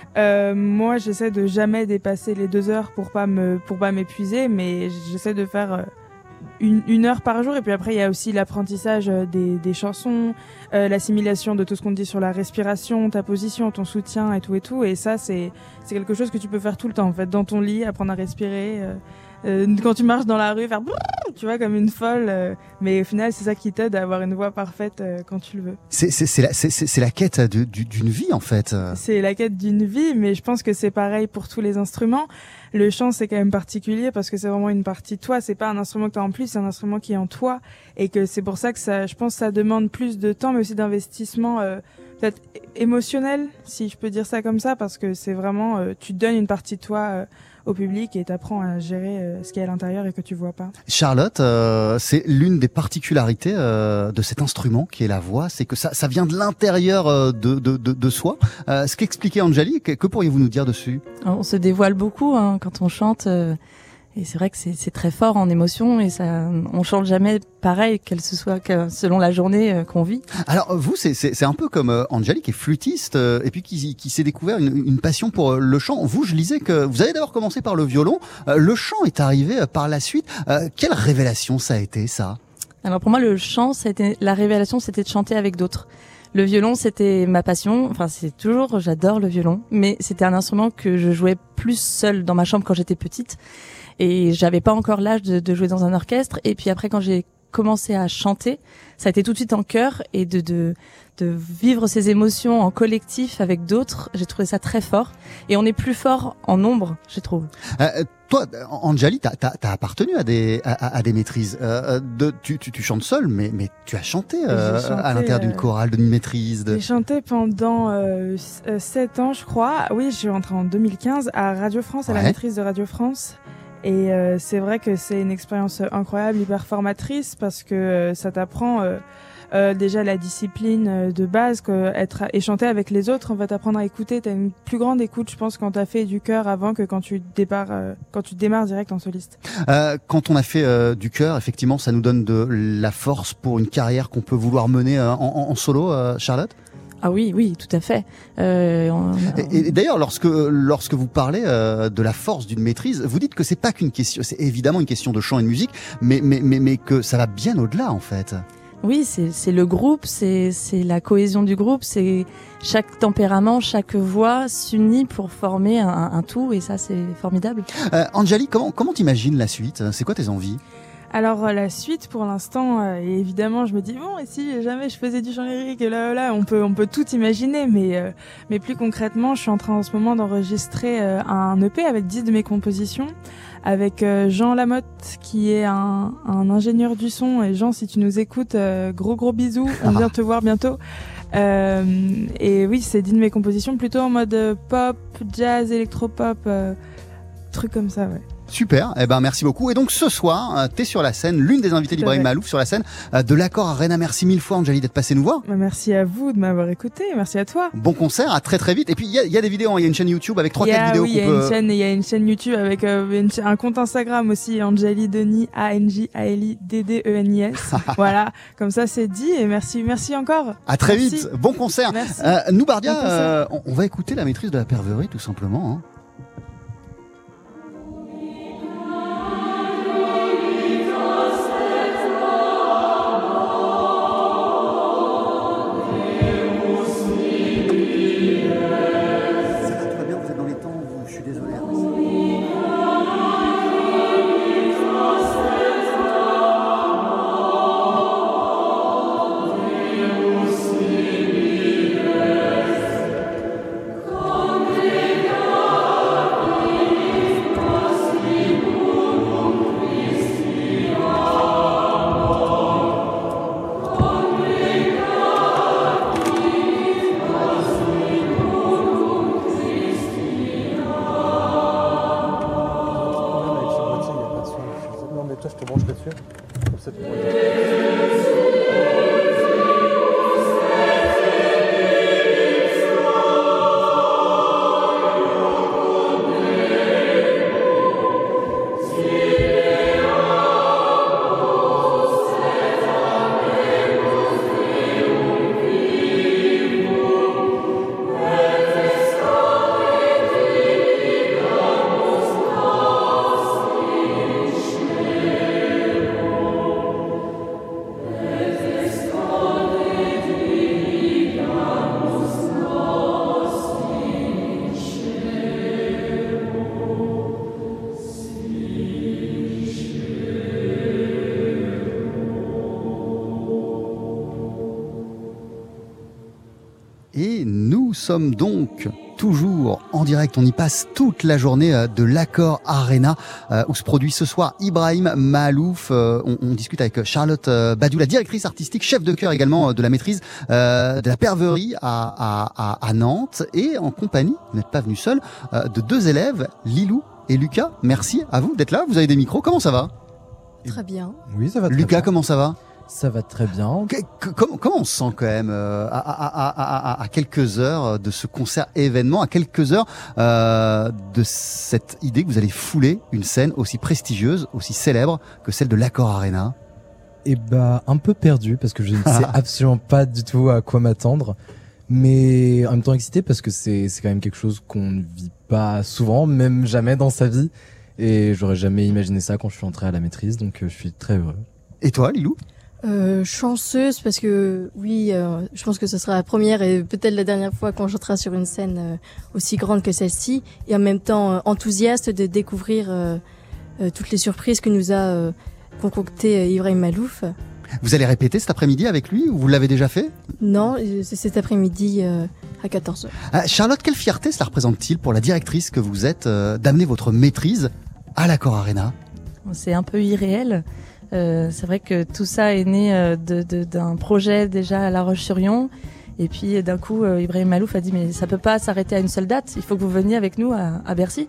Moi, j'essaie de jamais dépasser les 2 heures pour pas m'épuiser, mais j'essaie de faire une heure par jour. Et puis après, il y a aussi l'apprentissage des chansons, l'assimilation de tout ce qu'on dit sur la respiration, ta position, ton soutien et tout. Et ça, c'est quelque chose que tu peux faire tout le temps, en fait, dans ton lit, apprendre à respirer. Quand tu marches dans la rue, faire tu vois, comme une folle. Mais au final, c'est ça qui t'aide à avoir une voix parfaite quand tu le veux. C'est la quête d'une vie, en fait. C'est la quête d'une vie, mais je pense que c'est pareil pour tous les instruments. Le chant, c'est quand même particulier parce que c'est vraiment une partie de toi. C'est pas un instrument que t'as en plus, c'est un instrument qui est en toi. Et que c'est pour ça que je pense que ça demande plus de temps, mais aussi d'investissement, peut-être émotionnel, si je peux dire ça comme ça, parce que c'est vraiment, tu donnes une partie de toi au public et t'apprends à gérer ce qu'il y a à l'intérieur et que tu vois pas. Charlotte, c'est l'une des particularités de cet instrument qui est la voix, c'est que ça vient de l'intérieur de soi. Ce qu'expliquait Anjali, que pourriez-vous nous dire dessus? On se dévoile beaucoup quand on chante. Et c'est vrai que c'est très fort en émotion et ça, on chante jamais pareil, selon la journée qu'on vit. Alors vous, c'est un peu comme Anjali qui est flûtiste et puis qui s'est découvert une passion pour le chant. Vous, je lisais que vous avez d'abord commencé par le violon, le chant est arrivé par la suite. Quelle révélation ça a été, ça? Alors pour moi, le chant, la révélation, c'était de chanter avec d'autres. Le violon, c'était ma passion. Enfin, j'adore le violon, mais c'était un instrument que je jouais plus seule dans ma chambre quand j'étais petite. Et j'avais pas encore l'âge de jouer dans un orchestre. Et puis après, quand j'ai commencé à chanter, ça a été tout de suite en chœur et de vivre ces émotions en collectif avec d'autres. J'ai trouvé ça très fort. Et on est plus fort en nombre, je trouve. Toi, Anjali, t'as appartenu à des maîtrises. Tu chantes seule, mais tu as chanté à l'intérieur d'une chorale, d'une maîtrise. J'ai chanté pendant 7 ans, je crois. Oui, je suis rentrée en 2015 à Radio France, à la maîtrise de Radio France. Et c'est vrai que c'est une expérience incroyable, hyper formatrice, parce que ça t'apprend déjà la discipline de base, et chanter avec les autres, on va t'apprendre à écouter. T'as une plus grande écoute, je pense, quand t'as fait du chœur avant que quand tu démarres direct en soliste. Quand on a fait du chœur, effectivement, ça nous donne de la force pour une carrière qu'on peut vouloir mener en solo, Charlotte? Ah oui, tout à fait. Et d'ailleurs, lorsque vous parlez de la force d'une maîtrise, vous dites que c'est pas qu'une question, c'est évidemment une question de chant et de musique, mais que ça va bien au-delà, en fait. Oui, c'est le groupe, c'est la cohésion du groupe, c'est chaque tempérament, chaque voix s'unit pour former un tout, et ça, c'est formidable. Anjali, comment t'imagines la suite? C'est quoi tes envies? Alors la suite pour l'instant, évidemment je me dis bon, et si jamais je faisais du chant lyrique, là on peut tout imaginer, mais plus concrètement je suis en train en ce moment d'enregistrer un EP avec 10 de mes compositions avec Jean Lamotte qui est un ingénieur du son, et Jean, si tu nous écoutes, gros bisous, on vient te voir bientôt. Et oui, c'est 10 de mes compositions plutôt en mode pop, jazz, électropop, truc comme ça, ouais. Super, merci beaucoup. Et donc ce soir, t'es sur la scène, l'une des invitées d'Ibrahim Malouf sur la scène de l'Accor Arena. Merci 1000 fois, Anjali, d'être passée nous voir. Merci à vous de m'avoir écouté, merci à toi. Bon concert, à très vite. Et puis il y a des vidéos, il y a une chaîne YouTube avec 3-4 vidéos. Oui, il y a une chaîne YouTube avec un compte Instagram aussi, Anjali Denis, ANJALIDDENIS. Voilà, comme ça c'est dit, et merci encore. À très vite, bon concert. Nous, Bardia, bon concert. On va écouter la maîtrise de la Perverie tout simplement, hein. Et nous sommes donc toujours en direct, on y passe toute la journée de l'Accor Arena où se produit ce soir Ibrahim Mahalouf. On discute avec Charlotte Badiou, la directrice artistique, chef de chœur également de la maîtrise de la Perverie à Nantes, et en compagnie, vous n'êtes pas venu seul, de deux élèves, Lilou et Lucas. Merci à vous d'être là, vous avez des micros, comment ça va? Très bien. Oui, ça va très Lucas, bien. comment ça va? Ça va très bien. Comment on se sent quand même à quelques heures de ce concert événement, à quelques heures de cette idée que vous allez fouler une scène aussi prestigieuse, aussi célèbre que celle de l'Accor Arena? Et un peu perdu parce que je ne sais absolument pas du tout à quoi m'attendre, mais en même temps excité parce que c'est quand même quelque chose qu'on ne vit pas souvent, même jamais dans sa vie, et j'aurais jamais imaginé ça quand je suis entré à la maîtrise, donc je suis très heureux. Et toi, Lilou? Chanceuse parce que oui, je pense que ce sera la première et peut-être la dernière fois qu'on chantera sur une scène aussi grande que celle-ci, et en même temps enthousiaste de découvrir toutes les surprises que nous a concocté Ibrahim Mahalouf. Vous allez répéter cet après-midi avec lui ou vous l'avez déjà fait? Non, c'est cet après-midi à 14h. Charlotte, quelle fierté cela représente-t-il pour la directrice que vous êtes d'amener votre maîtrise à l'Accor Arena? C'est un peu irréel. C'est vrai que tout ça est né d'un projet déjà à La Roche-sur-Yon. Et puis d'un coup, Ibrahim Mahalouf a dit mais ça peut pas s'arrêter à une seule date. Il faut que vous veniez avec nous à Bercy.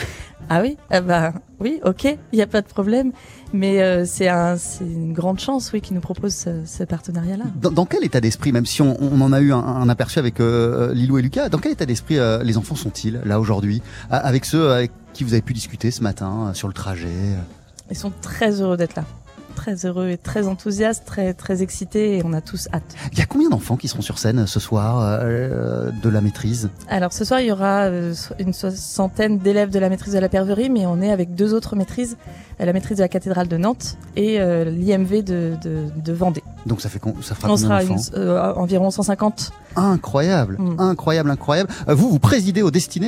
Ah oui, oui, ok, il n'y a pas de problème. Mais c'est une grande chance, oui, qui nous propose ce partenariat-là. Dans quel état d'esprit, même si on en a eu un aperçu avec Lilou et Lucas, dans quel état d'esprit les enfants sont-ils là aujourd'hui, avec ceux avec qui vous avez pu discuter ce matin sur le trajet? Ils sont très heureux d'être là. Très heureux et très enthousiastes, très excités, et on a tous hâte. Il y a combien d'enfants qui seront sur scène ce soir de la maîtrise? Alors ce soir, il y aura une soixantaine d'élèves de la maîtrise de la Perverie, mais on est avec deux autres maîtrises, la maîtrise de la cathédrale de Nantes et l'IMV de Vendée. Donc ça fera on combien d'enfants? Environ 150. Incroyable, incroyable. Vous présidez aux destinées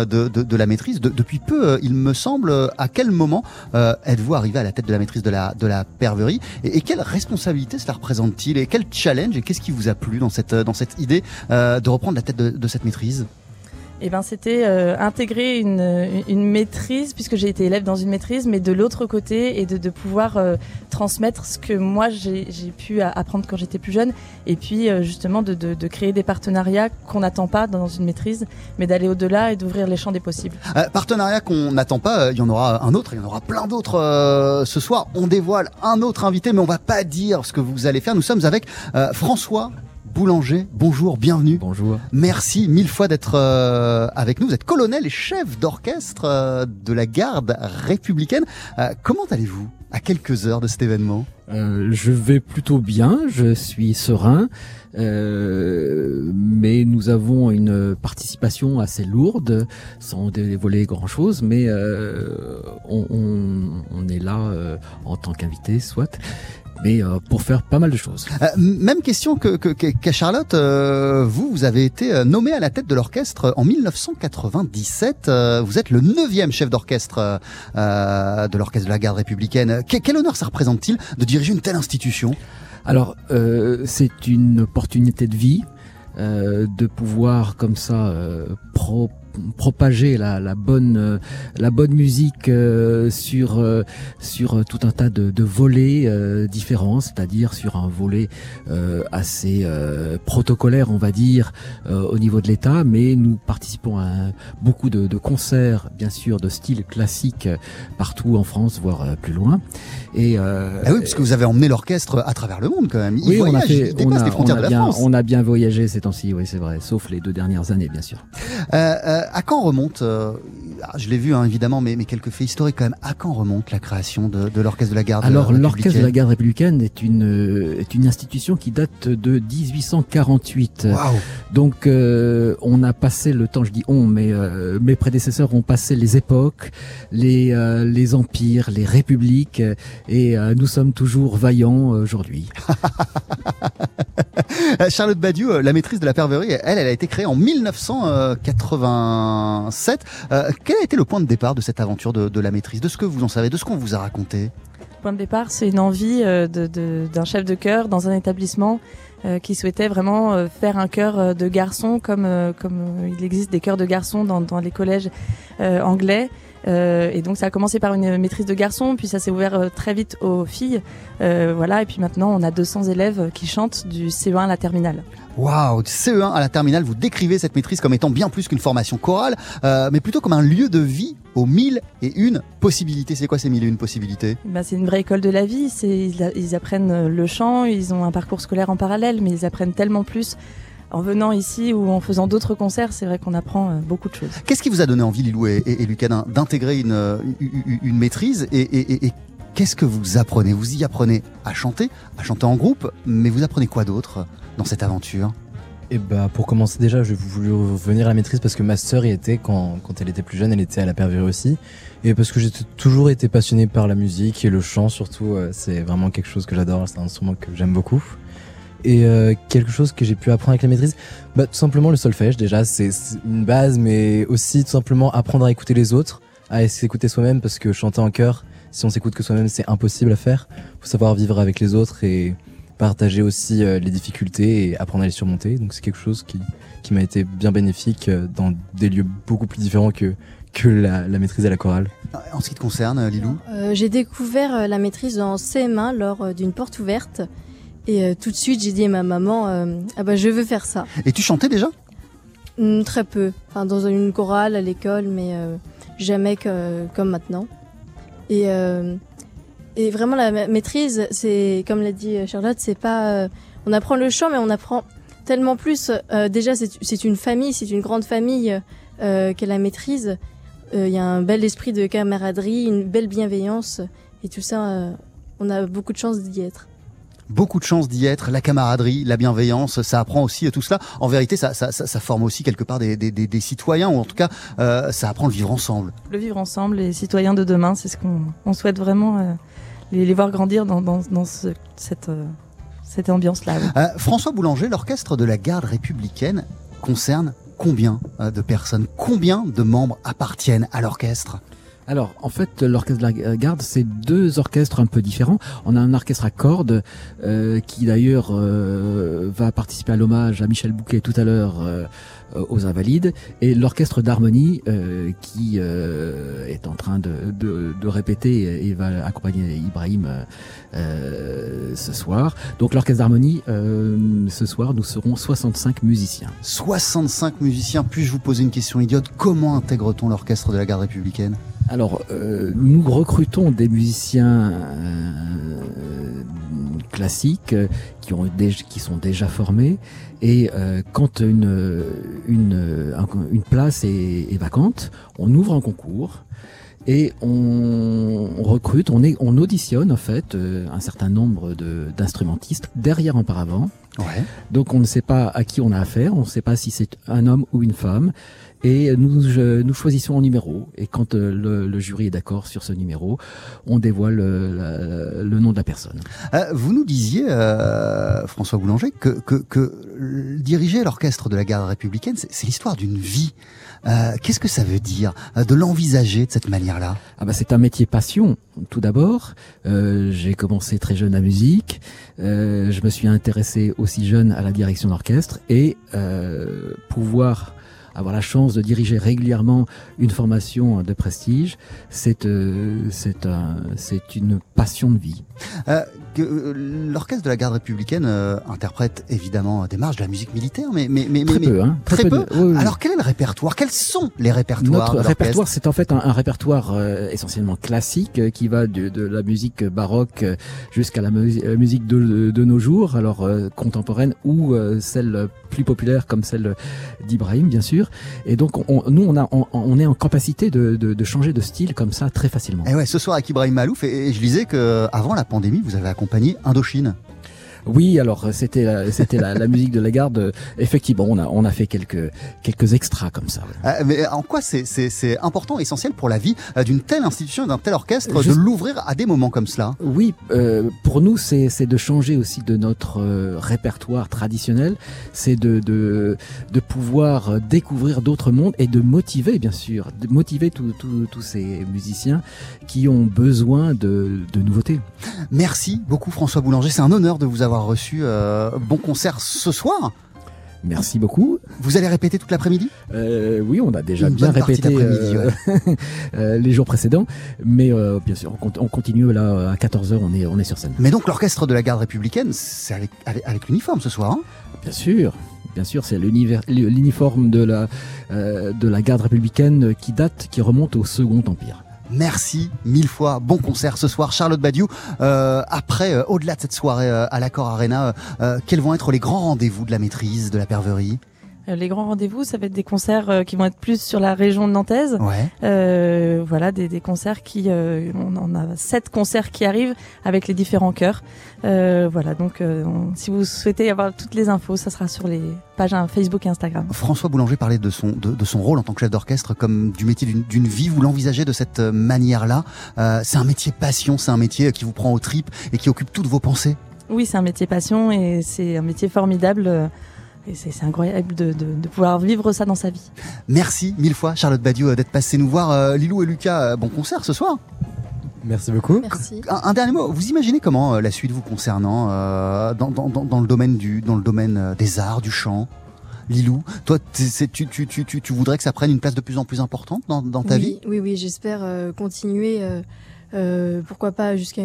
de la maîtrise depuis peu, il me semble. À quel moment êtes-vous arrivé à la tête de la maîtrise de la Perverie, et quelle responsabilité cela représente-t-il, et quel challenge, et qu'est-ce qui vous a plu dans cette idée de reprendre la tête de cette maîtrise? Eh ben, c'était intégrer une maîtrise, puisque j'ai été élève dans une maîtrise, mais de l'autre côté, et de pouvoir transmettre ce que moi j'ai pu apprendre quand j'étais plus jeune, et puis justement de créer des partenariats qu'on n'attend pas dans une maîtrise, mais d'aller au-delà et d'ouvrir les champs des possibles. Partenariat qu'on n'attend pas, il y en aura un autre, il y en aura plein d'autres ce soir. On dévoile un autre invité, mais on va pas dire ce que vous allez faire. Nous sommes avec François Boulanger. Bonjour, bienvenue. Bonjour. Merci mille fois d'être avec nous. Vous êtes colonel et chef d'orchestre de la garde républicaine. Comment allez-vous à quelques heures de cet événement? Je vais plutôt bien, je suis serein, mais nous avons une participation assez lourde, sans dévoiler grand-chose, mais on est là en tant qu'invité, soit. Mais pour faire pas mal de choses. Même question qu'à Charlotte. Vous avez été nommé à la tête de l'orchestre en 1997. Vous êtes le 9e chef d'orchestre de l'orchestre de la garde républicaine. Quel honneur ça représente-t-il de diriger une telle institution? Alors, c'est une opportunité de vie de pouvoir comme ça propager la bonne musique sur tout un tas de volets différents, c'est-à-dire sur un volet assez protocolaire, on va dire, au niveau de l'État, mais nous participons à beaucoup de concerts, bien sûr, de style classique partout en France, voire plus loin. Et oui, parce que vous avez emmené l'orchestre à travers le monde quand même. Il dépasse les frontières de la France. On a bien voyagé ces temps-ci, oui, c'est vrai, sauf les 2 dernières années, bien sûr. À quand remonte, je l'ai vu évidemment, mais quelques faits historiques quand même, à quand remonte la création de l'orchestre de la garde républicaine? Alors l'orchestre de la garde républicaine est une institution qui date de 1848. Wow. Donc on a passé le temps, je dis on, mais mes prédécesseurs ont passé les époques, les empires, les républiques, et nous sommes toujours vaillants aujourd'hui. Charlotte Badiou, la maîtrise de la Perverie, elle a été créée en 1987. Quel a été le point de départ de cette aventure de la maîtrise, de ce que vous en savez, de ce qu'on vous a raconté? Point de départ, c'est une envie d'un chef de chœur dans un établissement qui souhaitait vraiment faire un chœur de garçons comme il existe des chœurs de garçons dans les collèges anglais. Et donc ça a commencé par une maîtrise de garçons, puis ça s'est ouvert très vite aux filles. Voilà, et puis maintenant on a 200 élèves qui chantent du CE1 à la terminale. Waouh, CE1 à la terminale, vous décrivez cette maîtrise comme étant bien plus qu'une formation chorale, mais plutôt comme un lieu de vie aux 1001 possibilités. C'est quoi ces 1001 possibilités ? C'est une vraie école de la vie. Ils apprennent le chant, ils ont un parcours scolaire en parallèle, mais ils apprennent tellement plus. En venant ici ou en faisant d'autres concerts, c'est vrai qu'on apprend beaucoup de choses. Qu'est-ce qui vous a donné envie, Lilou et Lucas, d'intégrer une maîtrise et qu'est-ce que vous apprenez ? Vous y apprenez à chanter en groupe, mais vous apprenez quoi d'autre dans cette aventure ? Et pour commencer déjà, j'ai voulu revenir à la maîtrise parce que ma sœur y était quand elle était plus jeune, elle était à la Pervue aussi. Et parce que j'ai toujours été passionné par la musique et le chant surtout, c'est vraiment quelque chose que j'adore, c'est un instrument que j'aime beaucoup. Et quelque chose que j'ai pu apprendre avec la maîtrise, tout simplement le solfège déjà, c'est une base, mais aussi tout simplement apprendre à écouter les autres, à s'écouter soi-même, parce que chanter en chœur, si on s'écoute que soi-même, c'est impossible à faire. Faut savoir vivre avec les autres et partager aussi les difficultés et apprendre à les surmonter. Donc c'est quelque chose qui m'a été bien bénéfique dans des lieux beaucoup plus différents que la maîtrise à la chorale. En ce qui te concerne, Lilou ? J'ai découvert la maîtrise en CM1 lors d'une porte ouverte. Et tout de suite, j'ai dit à ma maman, je veux faire ça. Et tu chantais déjà ? Très peu. Enfin, dans une chorale à l'école, mais jamais comme maintenant. Et vraiment, la maîtrise, c'est, comme l'a dit Charlotte, c'est pas... on apprend le chant, mais on apprend tellement plus. Déjà, c'est une famille, c'est une grande famille qu'est la maîtrise. Il y a un bel esprit de camaraderie, une belle bienveillance. Et tout ça, on a beaucoup de chance d'y être. Beaucoup de chance d'y être, la camaraderie, la bienveillance, ça apprend aussi tout cela. En vérité, ça forme aussi quelque part des citoyens, ou en tout cas, ça apprend le vivre ensemble. Le vivre ensemble, les citoyens de demain, c'est ce qu'on souhaite vraiment les voir grandir dans cette ambiance-là. Oui. François Boulanger, l'orchestre de la Garde républicaine concerne combien de personnes ? Combien de membres appartiennent à l'orchestre ? Alors, en fait, l'orchestre de la Garde, c'est deux orchestres un peu différents. On a un orchestre à cordes qui d'ailleurs va participer à l'hommage à Michel Bouquet tout à l'heure aux Invalides, et l'orchestre d'harmonie qui est en train de répéter et va accompagner Ibrahim ce soir. Donc l'orchestre d'harmonie, ce soir, nous serons 65 musiciens. 65 musiciens. Puis-je vous poser une question idiote ? Comment intègre-t-on l'orchestre de la Garde républicaine ? Alors, nous recrutons des musiciens classiques qui sont déjà formés, et quand une place est vacante, on ouvre un concours et on recrute, on auditionne en fait un certain nombre d'instrumentistes derrière en paravent. Ouais. Donc on ne sait pas à qui on a affaire, on ne sait pas si c'est un homme ou une femme. Et nous choisissons un numéro, et quand le jury est d'accord sur ce numéro, on dévoile le nom de la personne. Vous nous disiez, François Boulanger, que diriger l'orchestre de la Garde républicaine, c'est l'histoire d'une vie. Qu'est-ce que ça veut dire de l'envisager de cette manière-là ? C'est un métier passion, tout d'abord. J'ai commencé très jeune la musique. Je me suis intéressé aussi jeune à la direction d'orchestre, et pouvoir avoir la chance de diriger régulièrement une formation de prestige, c'est une passion de vie. L'orchestre de la Garde républicaine interprète évidemment des marches de la musique militaire, mais très peu. Oui. Alors quel est le répertoire ? Quels sont les répertoires ? Notre répertoire, c'est en fait un répertoire essentiellement classique qui va de la musique baroque jusqu'à la musique de nos jours, alors contemporaine ou celle plus populaire comme celle d'Ibrahim, bien sûr. Et donc on est en capacité de changer de style comme ça très facilement. Et ouais, ce soir avec Ibrahim Malouf, et je lisais que avant la pandémie, vous avez accompagné Indochine. Oui, alors c'était la musique de la garde. Effectivement, on a fait quelques extras comme ça. Ouais. Mais en quoi c'est important, essentiel pour la vie d'une telle institution, d'un tel orchestre, de l'ouvrir à des moments comme cela? Oui, pour nous, c'est de changer aussi de notre répertoire traditionnel. C'est de pouvoir découvrir d'autres mondes et de motiver, bien sûr, tous ces musiciens qui ont besoin de nouveautés. Merci beaucoup François Boulanger, c'est un honneur de vous avoir reçu. Bon concert ce soir. Merci beaucoup. Vous allez répéter toute l'après-midi? Oui, on a déjà bien répété les jours précédents, mais bien sûr, on continue là à 14h, on est sur scène. Mais donc l'orchestre de la garde républicaine, c'est avec l'uniforme ce soir, hein? Bien sûr, c'est l'uniforme de la garde républicaine qui remonte au Second Empire. Merci mille fois, bon concert ce soir. Charlotte Badiou, après, au-delà de cette soirée à l'Accor Arena, quels vont être les grands rendez-vous de la maîtrise, de la Perverie? Les grands rendez-vous, ça va être des concerts qui vont être plus sur la région nantaise. Ouais. Voilà, des concerts on en a 7 concerts qui arrivent avec les différents chœurs. Voilà, donc si vous souhaitez avoir toutes les infos, ça sera sur les pages Facebook et Instagram. François Boulanger parlait de son rôle en tant que chef d'orchestre comme du métier d'une vie. Vous l'envisagez de cette manière-là? C'est un métier passion, c'est un métier qui vous prend aux tripes et qui occupe toutes vos pensées? Oui, c'est un métier passion et c'est un métier formidable. Et c'est incroyable de pouvoir vivre ça dans sa vie. Merci mille fois Charlotte Badiou d'être passée nous voir. Lilou et Lucas, bon concert ce soir. Merci beaucoup. Merci. Un dernier mot, vous imaginez comment la suite vous concernant dans le domaine des arts, du chant? Lilou, toi tu voudrais que ça prenne une place de plus en plus importante dans ta vie? Oui, j'espère continuer, pourquoi pas jusqu'à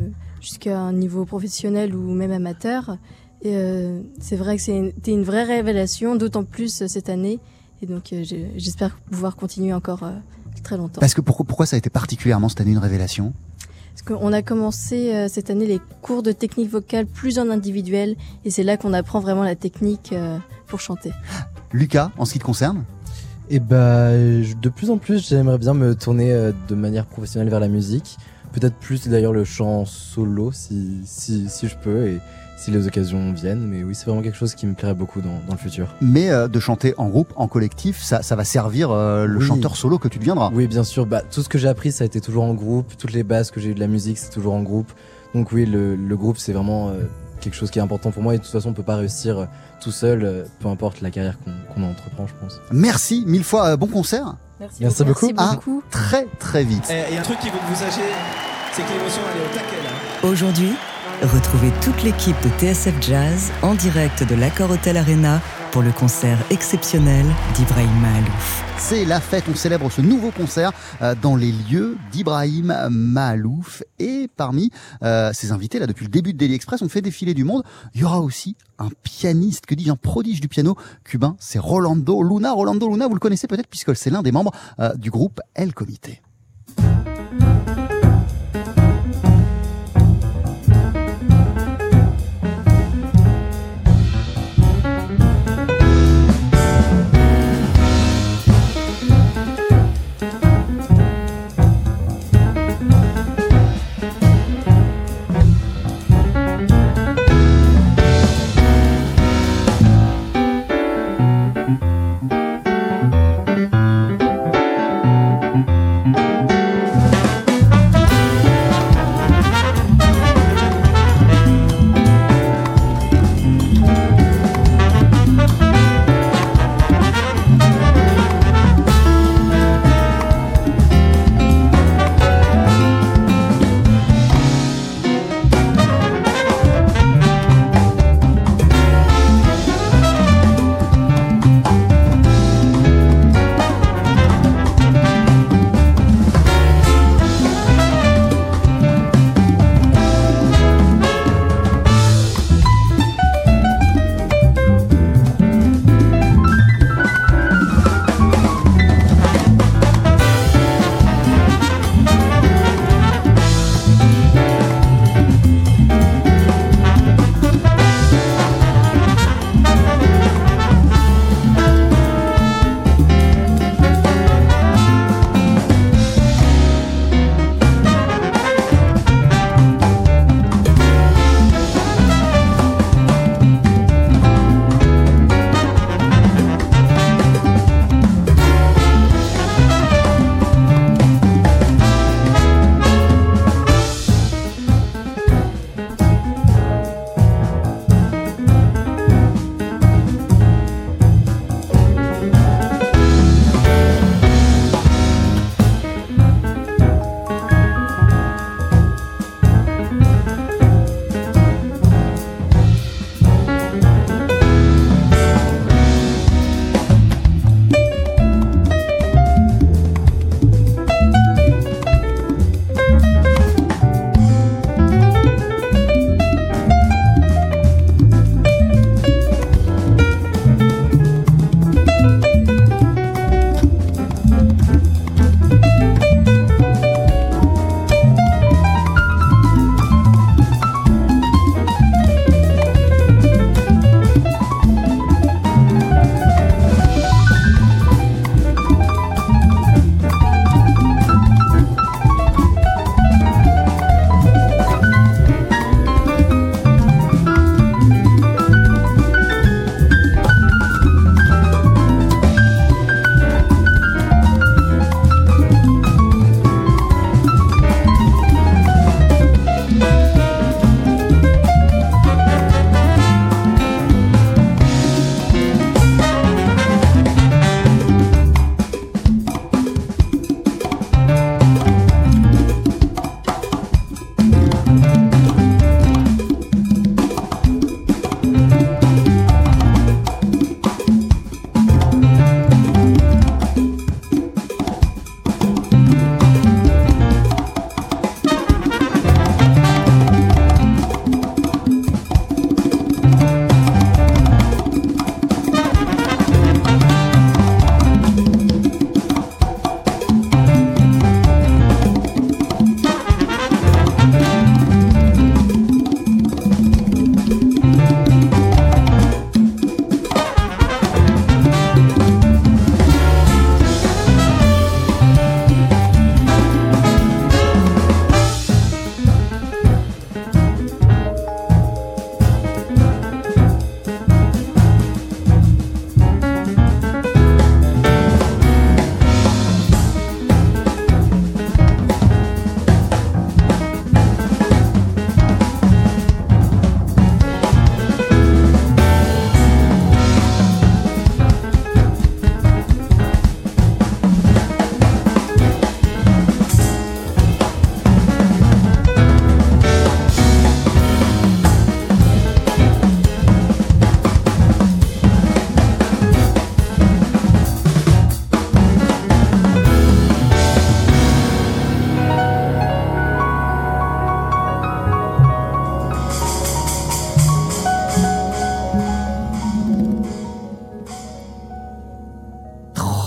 un niveau professionnel ou même amateur. Et c'est vrai que c'était une vraie révélation, d'autant plus cette année. Et donc j'espère pouvoir continuer encore très longtemps. Parce que pourquoi ça a été particulièrement cette année une révélation? Parce qu'on a commencé cette année les cours de technique vocale plus en individuel. Et c'est là qu'on apprend vraiment la technique pour chanter. Lucas, en ce qui te concerne? Et de plus en plus, j'aimerais bien me tourner de manière professionnelle vers la musique. Peut-être plus d'ailleurs le chant solo si je peux et si les occasions viennent. Mais oui, c'est vraiment quelque chose qui me plairait beaucoup dans le futur. Mais de chanter en groupe, en collectif, ça va servir le chanteur solo que tu deviendras. Oui, bien sûr. Tout ce que j'ai appris, ça a été toujours en groupe. Toutes les bases que j'ai eues de la musique, c'est toujours en groupe. Donc oui, le groupe, c'est vraiment quelque chose qui est important pour moi. Et de toute façon, on peut pas réussir tout seul, peu importe la carrière qu'on entreprend, je pense. Merci mille fois, bon concert. Merci beaucoup. À très très vite. Et un truc qui vous sachez, c'est que l'émotion elle est au taquet là. Aujourd'hui, retrouvez toute l'équipe de TSF Jazz en direct de l'Accor Hotel Arena pour le concert exceptionnel d'Ibrahim Mahalouf. C'est la fête, on célèbre ce nouveau concert dans les lieux d'Ibrahim Mahalouf. Et parmi ses invités, là depuis le début de Daily Express, on fait défiler du monde. Il y aura aussi un pianiste, que dis-je, un prodige du piano cubain, c'est Rolando Luna. Rolando Luna, vous le connaissez peut-être puisque c'est l'un des membres du groupe El Comité.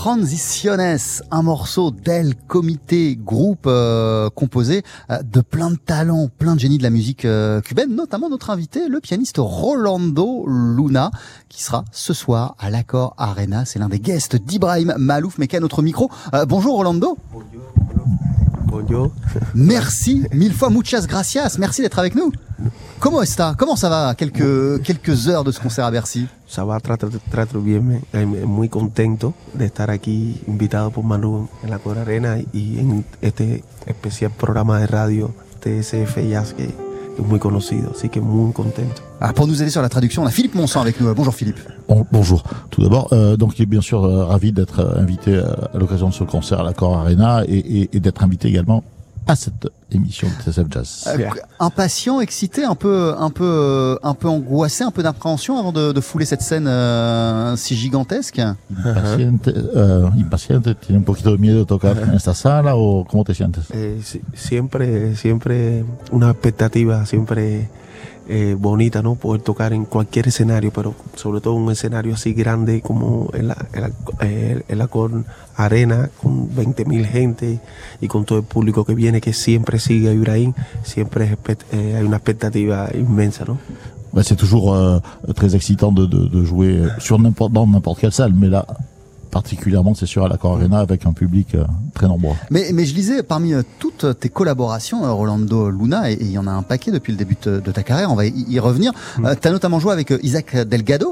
Transiciones, un morceau d'El Comité, groupe composé de plein de talents, plein de génies de la musique cubaine, notamment notre invité, le pianiste Rolando Luna, qui sera ce soir à l'Accor Arena. C'est l'un des guests d'Ibrahim Malouf, mais qui est à notre micro. Bonjour Rolando. Bonjour. Merci mille fois, muchas gracias. Merci d'être avec nous. Comment está? Comment ça va? Quelques heures de ce concert à Bercy. Ça va, trato bien. Muy contento de estar aquí invitado por Manu en la Accor Arena y en este especial programa de radio TSF Jazz que es muy conocido, así que muy contento. Alors pour nous aider sur la traduction, on a Philippe Monsan avec nous. Bonjour Philippe. Bonjour. Tout d'abord, donc il est bien sûr ravi d'être invité à l'occasion de ce concert à l'Accor Arena et d'être invité également à cette émission de TSF Jazz. Impatient, excité, un peu angoissé, un peu d'appréhension avant de fouler cette scène si gigantesque. Impaciente, tiene un poquito de miedo de tocar en esta sala o cómo te sientes? Siempre una expectativa, siempre bonita, ¿no? Poder tocar en cualquier escenario, pero sobre todo un escenario así grande como el Accor Arena, con 20.000 gente y con todo el público que viene, que siempre sigue a Ibrahim, siempre hay una expectativa inmensa, ¿no? Ouais, c'est toujours très excitant de jouer dans n'importe quelle salle, mais là, particulièrement, c'est sûr, à l'Accor Arena avec un public très nombreux. Mais je lisais, parmi toutes tes collaborations, Rolando Luna, et il y en a un paquet depuis le début de ta carrière, on va y revenir. Tu as notamment joué avec Isaac Delgado,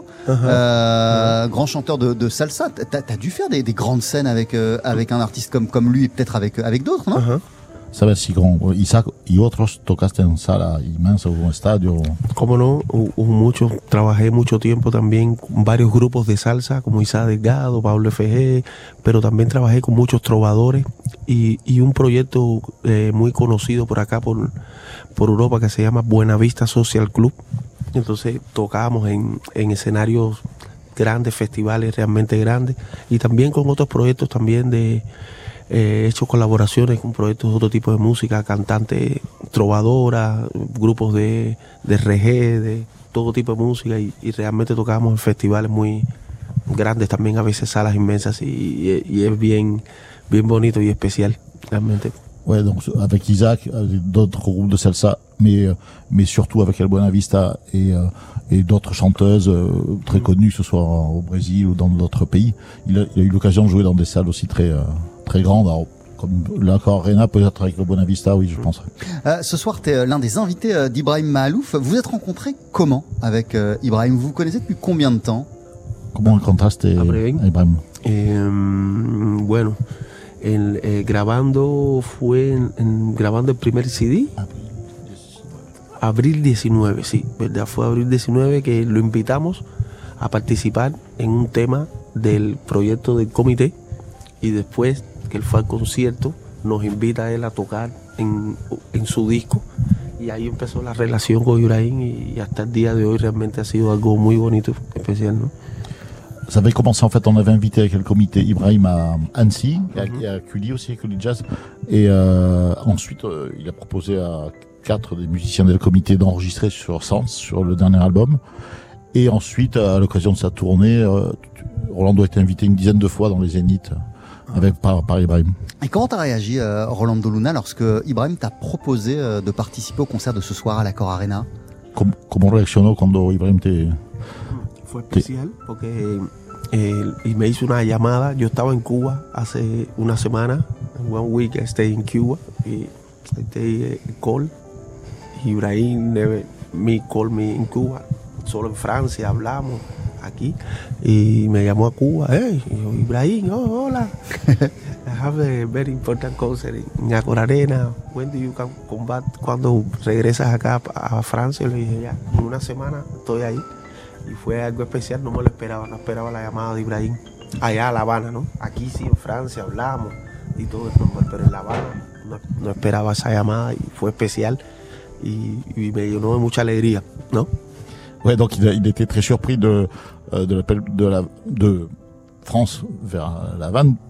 grand chanteur de salsa. T'as dû faire des grandes scènes avec un artiste comme lui et peut-être avec d'autres, non? ¿Sabes si con Isaac y otros tocaste en sala inmensa o en estadio? Cómo no, trabajé mucho tiempo también con varios grupos de salsa, como Isaac Delgado, Pablo FG, pero también trabajé con muchos trovadores y un proyecto muy conocido por acá, por Europa, que se llama Buenavista Social Club. Entonces tocábamos en escenarios grandes, festivales realmente grandes, y también con otros proyectos también he hecho colaboraciones con proyectos de otro tipo de música, cantantes, trovadoras, grupos de reggae, de todo tipo de música, y realmente tocábamos en festivales muy grandes, también a veces salas inmensas, y es bien bonito y especial realmente. Ouais, donc avec Isaac, avec d'autres groupes de salsa, mais surtout avec El Buenavista et d'autres chanteuses très connues, que ce soit au Brésil ou dans d'autres pays. Il a eu l'occasion de jouer dans des salles aussi très grandes, alors, comme l'Accor Arena, peut-être avec le Buenavista, oui, je pense. Ce soir, tu es l'un des invités d'Ibrahim Malouf. Vous êtes rencontrés comment avec Ibrahim? Vous vous connaissez depuis combien de temps? Comment encontraste a Ibrahim? Bueno, grabando el primer CD. Abril 19, sí, ¿verdad? Fue abril 19 que lo invitamos a participar en un tema del proyecto del comité, y después que él fue al concierto nos invita a él a tocar en su disco, y ahí empezó la relación con Ibrahim, y hasta el día de hoy realmente ha sido algo muy bonito, especial, ¿no? Ça avait commencé, en fait, on avait invité avec le comité Ibrahim à Annecy, et à Cully aussi, Cully Jazz, et ensuite il a proposé à 4 des musiciens de le comité d'enregistrer sur Sens, sur le dernier album, et ensuite à l'occasion de sa tournée, Rolando a été invité une dizaine de fois dans les Zéniths par Ibrahim. Et comment t'as réagi, Rolando Luna, lorsque Ibrahim t'a proposé de participer au concert de ce soir à l'Accor Arena? ¿Cómo reaccionó cuando Ibrahim te...? Fue especial porque y me hizo una llamada. Yo estaba en Cuba hace una semana, one week I stayed in Cuba, y I stayed call. Ibrahim me called me in Cuba, solo en Francia hablamos aquí, y me llamó a Cuba. Hey, Ibrahim, hola. I have a very important concert en Accor Arena. When do you come back? Cuando regresas acá a Francia? Le dije, ya, en una semana estoy ahí. Y fue algo especial, no me lo esperaba, no esperaba la llamada de Ibrahim allá a La Habana, ¿no? Aquí sí, en Francia hablamos y todo es normal, pero en La Habana no esperaba esa llamada, y fue especial, y me llenó de mucha alegría, ¿no? Ouais, donc il était très surpris de l'appel de France vers La Havane,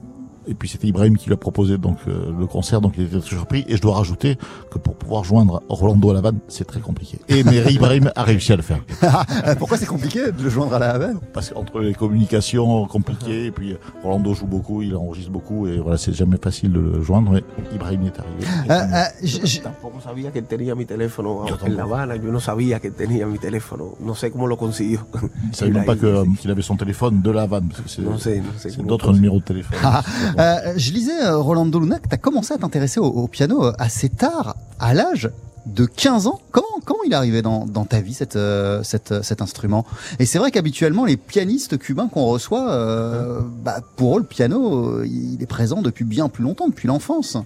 Et puis c'était Ibrahim qui lui a proposé donc le concert, donc il était très surpris. Et je dois rajouter que pour pouvoir joindre Rolando à La Havane, c'est très compliqué. Mais Ibrahim a réussi à le faire. Pourquoi c'est compliqué de le joindre à La Havane? Parce qu'entre les communications compliquées, et puis Rolando joue beaucoup, il enregistre beaucoup, et voilà, c'est jamais facile de le joindre. Mais Ibrahim est arrivé. Tampoco sabía que él tenía mi teléfono en La Habana. Yo no sabía que él tenía mi teléfono. No sé cómo lo consiguió. Il savait même pas qu'il avait son téléphone de La Havane, parce que c'est d'autres numéros de téléphone. Je lisais, Rolando Luna, que tu as commencé à t'intéresser au piano assez tard, à l'âge de 15 ans. Comment il est arrivé dans ta vie cet instrument? Et c'est vrai qu'habituellement les pianistes cubains qu'on reçoit, pour eux le piano il est présent depuis bien plus longtemps, depuis l'enfance.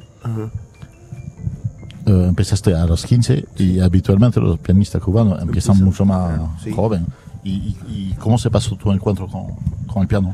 Empezaste a los 15 y habitualmente los pianistas cubanos empiezan mucho más joven. ¿Y cómo se pasó tu encuentro con el piano?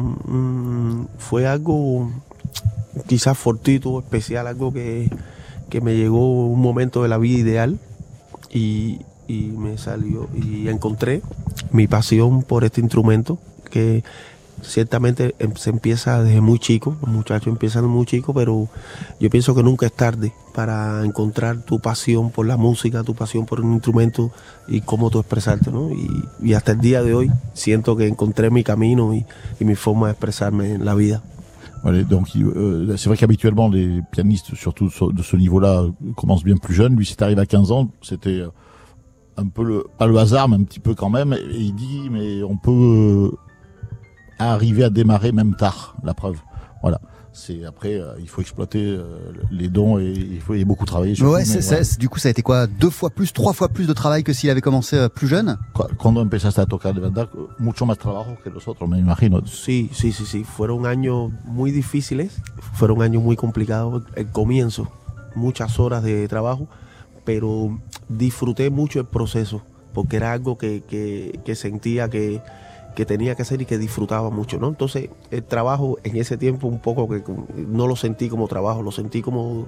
Fue algo quizás fortuito, especial, algo que me llegó un momento de la vida ideal y me salió y encontré mi pasión por este instrumento que ciertamente se empieza desde muy chico, los muchachos empiezan muy chicos, pero yo pienso que nunca es tarde para encontrar tu pasión por la música, tu pasión por un instrumento y cómo tú expresarte, ¿no? Y hasta el día de hoy siento que encontré mi camino y mi forma de expresarme en la vida. Voilà, donc c'est vrai qu'habituellement les pianistes, surtout de ce niveau-là, commencent bien plus jeunes. Lui, c'est arrivé à 15 ans, c'était un peu pas le hasard, mais un petit peu quand même. Et il dit, mais on peut arriver à démarrer même tard, la preuve. Voilà. C'est après, il faut exploiter les dons et il faut beaucoup travailler. Ouais, du coup, ça a été quoi, 2 fois plus, 3 fois plus de travail que s'il avait commencé plus jeune? Cuando empezaste a tocar de verdad, mucho más trabajo que los otros, me imagino. Sí. Fueron años muy difíciles, fueron años muy complicados. El comienzo, muchas horas de trabajo, pero disfruté mucho el proceso porque era algo que sentía que tenía que hacer y que disfrutaba mucho, ¿no? Entonces el trabajo en ese tiempo un poco que no lo sentí como trabajo, lo sentí como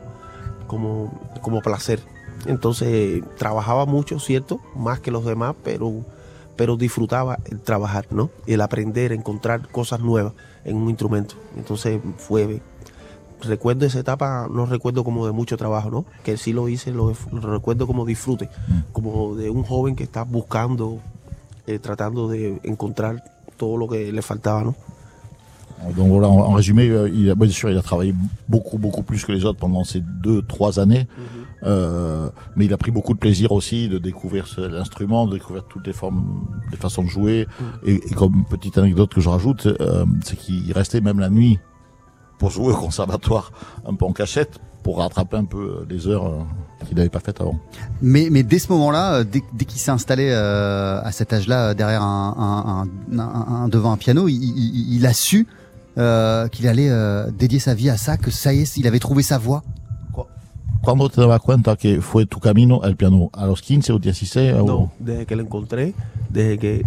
placer. Entonces trabajaba mucho, cierto, más que los demás, pero disfrutaba el trabajar, ¿no? Y el aprender, encontrar cosas nuevas en un instrumento. Entonces recuerdo esa etapa, no recuerdo como de mucho trabajo, ¿no? Que sí lo hice, lo recuerdo como disfrute, como de un joven que está buscando, tratando de encontrar todo lo que le faltaba, ¿no? Donc voilà, en résumé, bien sûr, il a travaillé beaucoup plus que les autres pendant ces 2-3 années, mais il a pris beaucoup de plaisir aussi de découvrir l'instrument, de découvrir toutes les formes, les façons de jouer, et comme petite anecdote que je rajoute, c'est qu'il restait même la nuit pour jouer au conservatoire, un peu en cachette, pour rattraper un peu les heures qu'il n'avait pas faites avant. Mais dès ce moment-là, dès qu'il s'est installé à cet âge-là derrière devant un piano, il a su qu'il allait dédier sa vie à ça, que ça y est, il avait trouvé sa voie. ¿Cuándo te dabas cuenta que fue tu camino el piano? ¿A los 15 o 16? No, desde que lo encontré, desde que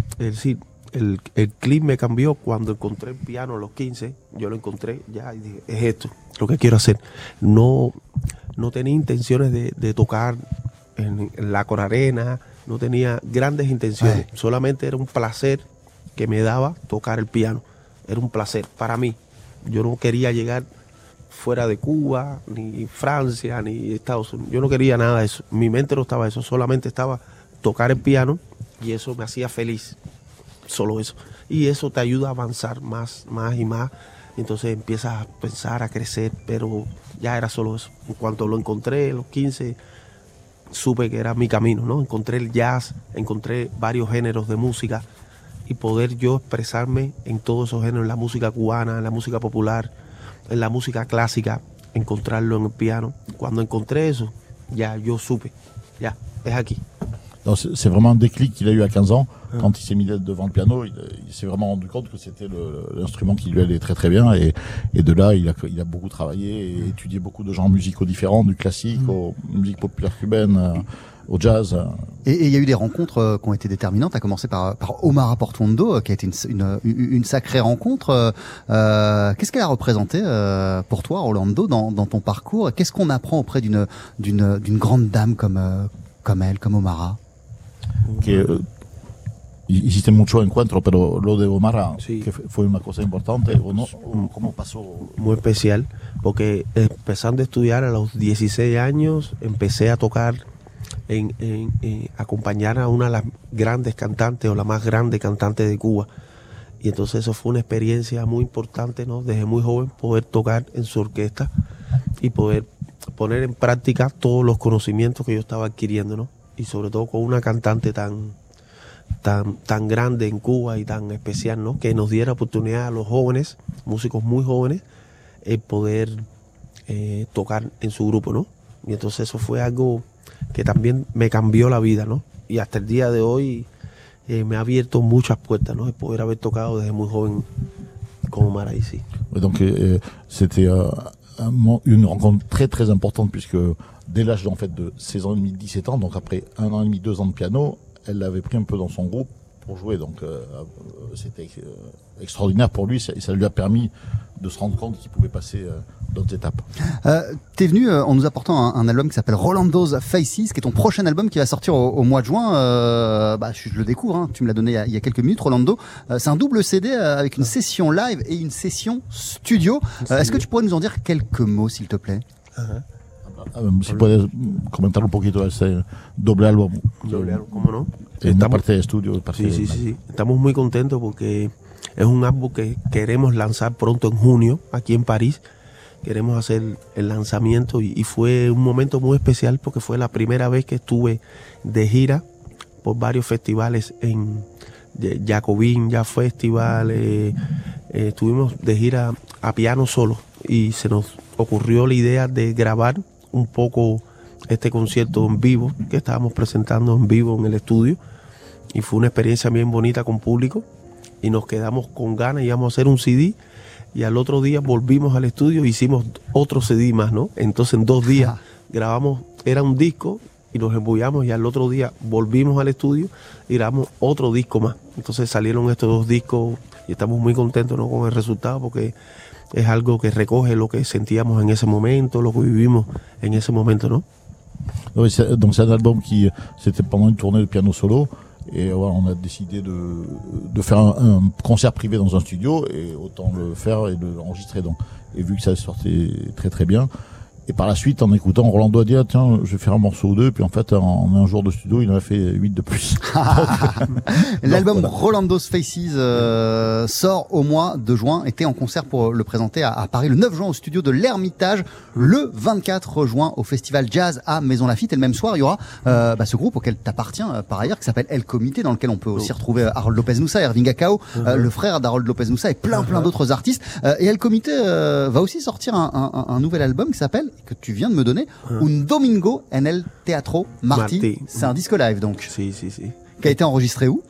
el clip me cambió cuando encontré el piano a los 15, yo lo encontré ya y dije, es esto lo que quiero hacer. No tenía intenciones de tocar en la Corarena, no tenía grandes intenciones, solamente era un placer que me daba tocar el piano, era un placer para mí. Yo no quería llegar fuera de Cuba, ni Francia, ni Estados Unidos, yo no quería nada de eso, mi mente no estaba eso, solamente estaba tocar el piano y eso me hacía feliz. Solo eso. Y eso te ayuda a avanzar más y más. Y entonces empiezas a pensar, a crecer, pero ya era solo eso. En cuanto lo encontré a los 15, supe que era mi camino, ¿no? Encontré el jazz, encontré varios géneros de música y poder yo expresarme en todos esos géneros, en la música cubana, en la música popular, en la música clásica, encontrarlo en el piano. Cuando encontré eso, ya yo supe, ya, es aquí. C'est vraiment un déclic qu'il a eu à 15 ans. Quand il s'est mis devant le piano, il s'est vraiment rendu compte que c'était l'instrument qui lui allait très très bien. Et de là, il a beaucoup travaillé et étudié beaucoup de genres musicaux différents, du classique aux musiques populaires cubaines, au jazz. Et il y a eu des rencontres qui ont été déterminantes, à commencer par Omar Portuondo, qui a été une sacrée rencontre. Qu'est-ce qu'elle a représenté pour toi, Rolando, dans ton parcours? Qu'est-ce qu'on apprend auprès d'une grande dame comme elle, comme Omara? hiciste muchos encuentros, pero lo de Omar, que fue una cosa importante, ¿o no? ¿Cómo pasó? Muy especial, porque empezando a estudiar a los 16 años, empecé a tocar, acompañar a una de las grandes cantantes, o la más grande cantante de Cuba. Y entonces eso fue una experiencia muy importante, ¿no? Desde muy joven poder tocar en su orquesta y poder poner en práctica todos los conocimientos que yo estaba adquiriendo, ¿no? Y sobre todo con una cantante tan grande en Cuba y tan especial, ¿no? Que nos diera oportunidad a los jóvenes, músicos muy jóvenes, poder tocar en su grupo, ¿no? Y entonces eso fue algo que también me cambió la vida, ¿no? Y hasta el día de hoy me ha abierto muchas puertas, ¿no? El poder haber tocado desde muy joven con Omar ahí, sí. Donc c'était une rencontre très très importante, puisque dès l'âge en fait de 16 ans et demi, 17 ans, donc après 1 an et demi, 2 ans de piano, elle l'avait pris un peu dans son groupe pour jouer, donc c'était extraordinaire pour lui, et ça lui a permis de se rendre compte qu'il pouvait passer d'autres étapes. T'es venu en nous apportant un album qui s'appelle Rolando's Faces, qui est ton prochain album qui va sortir au mois de juin. Je le découvre, hein, tu me l'as donné il y a quelques minutes, Rolando. C'est un double CD avec une session live et une session studio. Est-ce que tu pourrais nous en dire quelques mots, s'il te plaît? Si puedes comentar un poquito ese doble álbum. Doble álbum, ¿cómo no? Una parte de estudio. Sí. Estamos muy contentos porque es un álbum que queremos lanzar pronto en junio, aquí en París. Queremos hacer el lanzamiento y fue un momento muy especial porque fue la primera vez que estuve de gira por varios festivales en Jacobin, Jazz Festival. Estuvimos de gira a piano solo y se nos ocurrió la idea de grabar un poco este concierto en vivo que estábamos presentando en vivo en el estudio, y fue una experiencia bien bonita con público y nos quedamos con ganas, íbamos a hacer un CD y al otro día volvimos al estudio e hicimos otro CD más, ¿no? Entonces en 2 días grabamos, era un disco y nos embullamos, y al otro día volvimos al estudio y grabamos otro disco más. Entonces salieron estos 2 discos y estamos muy contentos, ¿no?, con el resultado, porque es algo que recoge lo que sentíamos en ese momento, lo que vivimos en ese momento, ¿no? Oui, donc c'est un album qui, c'était pendant une tournée de piano solo, et voilà, on a décidé de faire un concert privé dans un studio, et autant le faire et l'enregistrer. Donc, et vu que ça sortait très très bien, et par la suite, en écoutant, Rolando a dit, ah, tiens, je vais faire un morceau ou 2, puis en fait, en un jour de studio, il en a fait 8 de plus. L'album Rolando's Faces sort au mois de juin, et t'es en concert pour le présenter à Paris le 9 juin au studio de l'Ermitage, le 24 juin au Festival Jazz à Maison Lafitte, et le même soir, il y aura ce groupe auquel t'appartiens par ailleurs, qui s'appelle El Comité, dans lequel on peut aussi retrouver Harold Lopez-Noussa, Erving Akao, le frère d'Harold Lopez-Noussa, et plein d'autres artistes. Et El Comité va aussi sortir un nouvel album qui s'appelle, que tu viens de me donner, Un Domingo en el Teatro Martí. C'est un disque live, donc. Si. Qui a été enregistré où?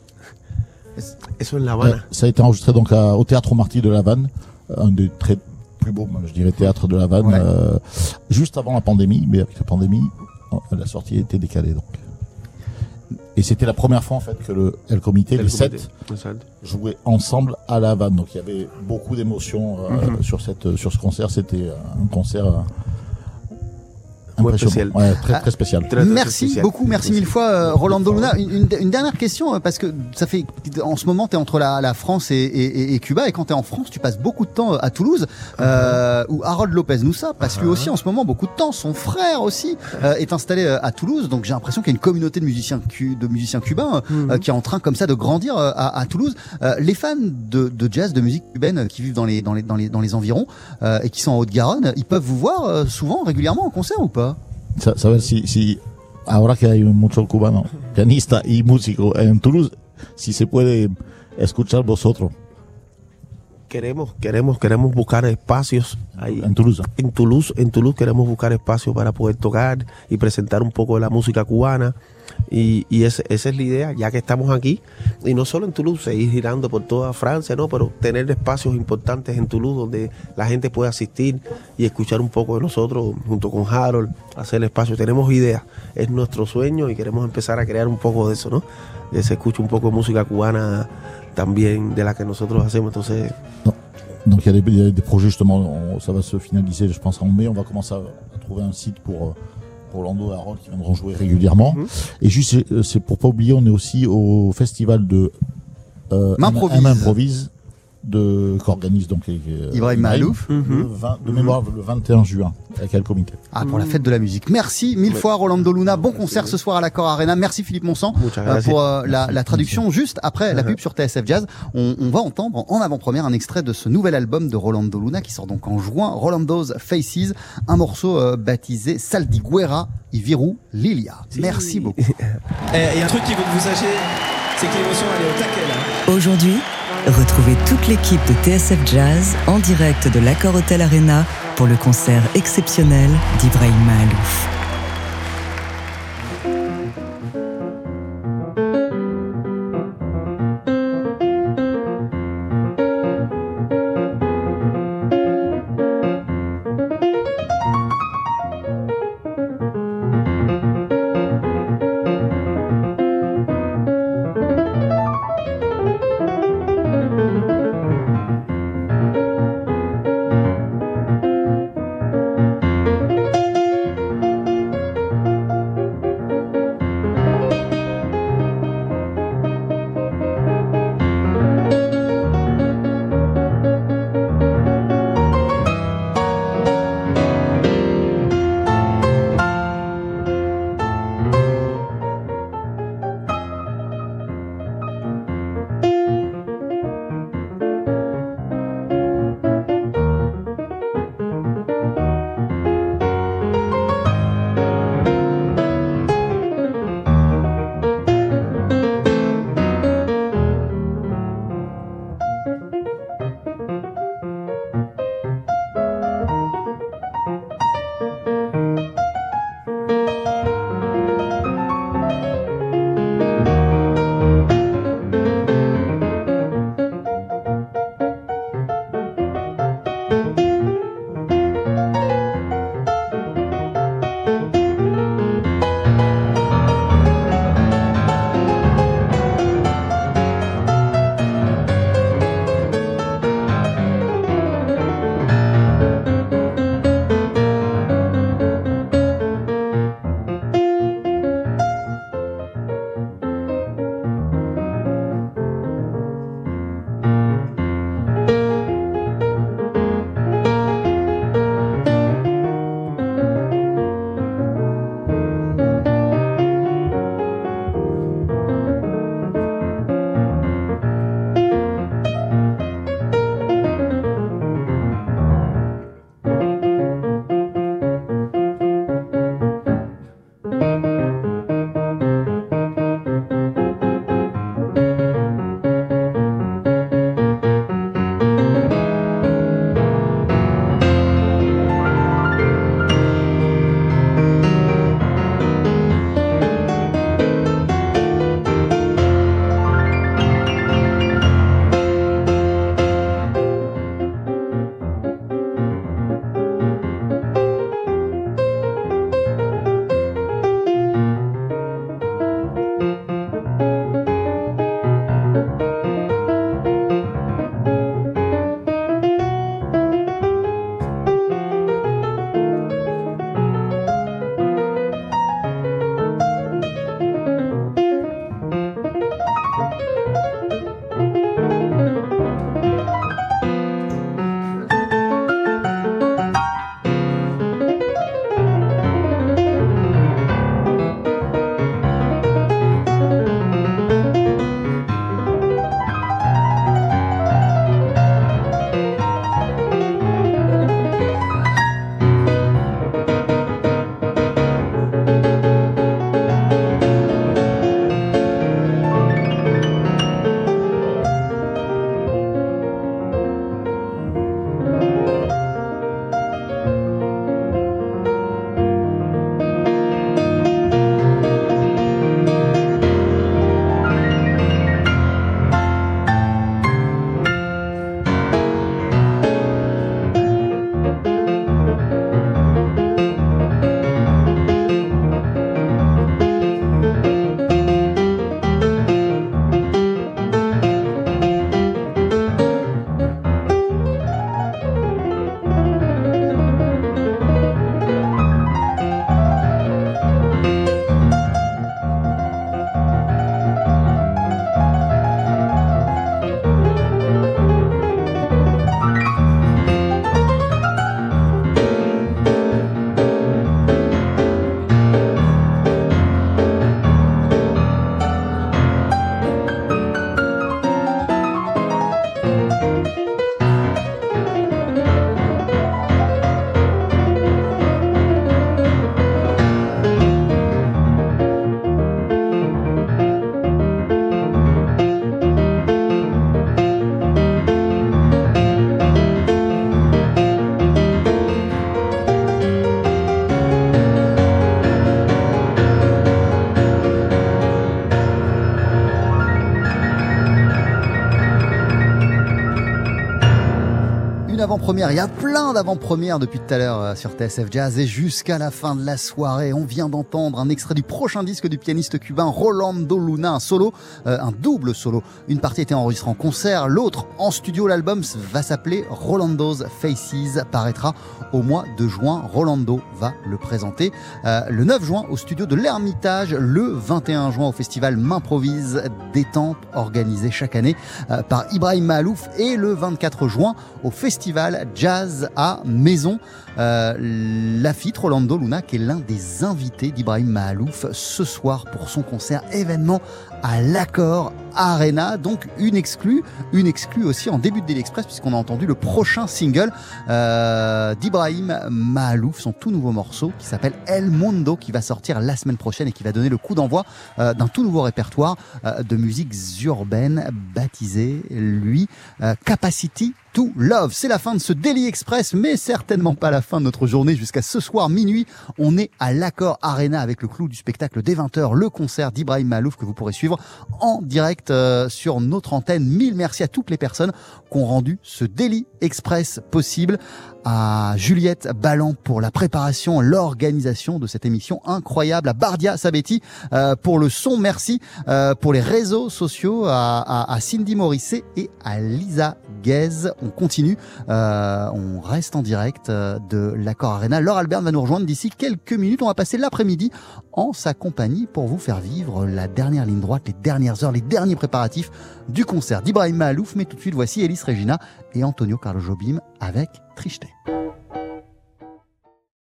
Eso en La Habana. Ça a été enregistré donc au Teatro Martí de La Havane, un des très plus beaux, je dirais, théâtres de La Havane, juste avant la pandémie, mais avec la pandémie, la sortie a été décalée, donc. Et c'était la première fois en fait que El Comité, les 7 jouaient ensemble à La Havane. Donc il y avait beaucoup d'émotions sur ce concert. C'était un concert impressionnant, très spécial. Merci beaucoup, merci mille fois Rolando Luna. Une dernière question, parce que ça fait, en ce moment, tu es entre la France et Cuba, et quand tu es en France, tu passes beaucoup de temps à Toulouse, où Harold Lopez-Noussa passe lui aussi en ce moment beaucoup de temps. Son frère aussi est installé à Toulouse, donc j'ai l'impression qu'il y a une communauté de musiciens cubains qui est en train comme ça de grandir à Toulouse. Les fans de jazz, de musique cubaine qui vivent dans les environs et qui sont en Haute-Garonne, ils peuvent vous voir souvent, régulièrement en concert ou pas? Saber si ahora que hay mucho cubano pianista y músico en Toulouse, si se puede escuchar vosotros. Queremos buscar espacios ahí en Toulouse. En Toulouse queremos buscar espacios para poder tocar y presentar un poco de la música cubana, y esa es la idea, ya que estamos aquí, y no solo en Toulouse, seguir girando por toda Francia, no, pero tener espacios importantes en Toulouse donde la gente pueda asistir y escuchar un poco de nosotros junto con Harold, hacer espacio. Tenemos ideas, es nuestro sueño, y queremos empezar a crear un poco de eso, ¿no? Que se escuche un poco de música cubana también de la que nosotros hacemos, entonces. Donc il y a des projets, justement, ça va se finaliser, je pense, en mai. On va commencer à trouver un site pour Rolando et Harold qui viendront jouer régulièrement. Et juste, c'est pour pas oublier, on est aussi au festival de M'improvise qu'organise donc Ibrahim Malouf de mémoire le 21 juin avec le comité. Pour la fête de la musique. Merci mille fois Rolando Luna. Bon concert ce soir à l'Accor Arena. Merci Philippe Monsan pour la traduction. Juste après la pub sur TSF Jazz, on va entendre en avant-première un extrait de ce nouvel album de Rolando Luna qui sort donc en juin, Rolando's Faces, un morceau baptisé Saldiguera y Viru Lilia. Merci beaucoup. Et un truc qu'il faut que vous sachiez, c'est que l'émotion elle est au taquet là. Aujourd'hui, retrouvez toute l'équipe de TSF Jazz en direct de l'Accor Hotel Arena pour le concert exceptionnel d'Ibrahim Malouf. une avant-première. Il y a plein d'avant-premières depuis tout à l'heure sur TSF Jazz et jusqu'à la fin de la soirée. On vient d'entendre un extrait du prochain disque du pianiste cubain Rolando Luna, un solo, un double solo. Une partie était enregistrée en concert, l'autre en studio. L'album va s'appeler Rolando's Faces, paraîtra au mois de juin. Rolando va le présenter le 9 juin au studio de l'Ermitage, le 21 juin au festival M'improvise d'Étampes, organisé chaque année par Ibrahim Mahalouf, et le 24 juin au festival Jazz à Maison. Lafitte Rolando Luna, qui est l'un des invités d'Ibrahim Mahalouf ce soir pour son concert événement à l'Accor Arena. Donc une exclue aussi en début de Daily Express, puisqu'on a entendu le prochain single d'Ibrahim Mahalouf, son tout nouveau morceau qui s'appelle El Mundo, qui va sortir la semaine prochaine et qui va donner le coup d'envoi d'un tout nouveau répertoire de musiques urbaines baptisé, lui, Capacity to Love. C'est la fin de ce Daily Express, mais certainement pas la fin de notre journée. Jusqu'à ce soir minuit, on est à l'Accor Arena avec le clou du spectacle dès 20h, le concert d'Ibrahim Mahalouf que vous pourrez suivre en direct sur notre antenne. Mille merci à toutes les personnes qui ont rendu ce Daily Express possible. À Juliette Balland pour la préparation, l'organisation de cette émission incroyable, à Bardia Sabetti pour le son, merci, pour les réseaux sociaux, à Cindy Morisset et à Lisa Guez. On continue, on reste en direct de l'Accor Arena. Laure Albert va nous rejoindre d'ici quelques minutes. On va passer l'après-midi en sa compagnie pour vous faire vivre la dernière ligne droite, les dernières heures, les derniers préparatifs du concert d'Ibrahim Mahalouf. Mais tout de suite, voici Elis Regina et Antonio Carlo Jobim avec Triste.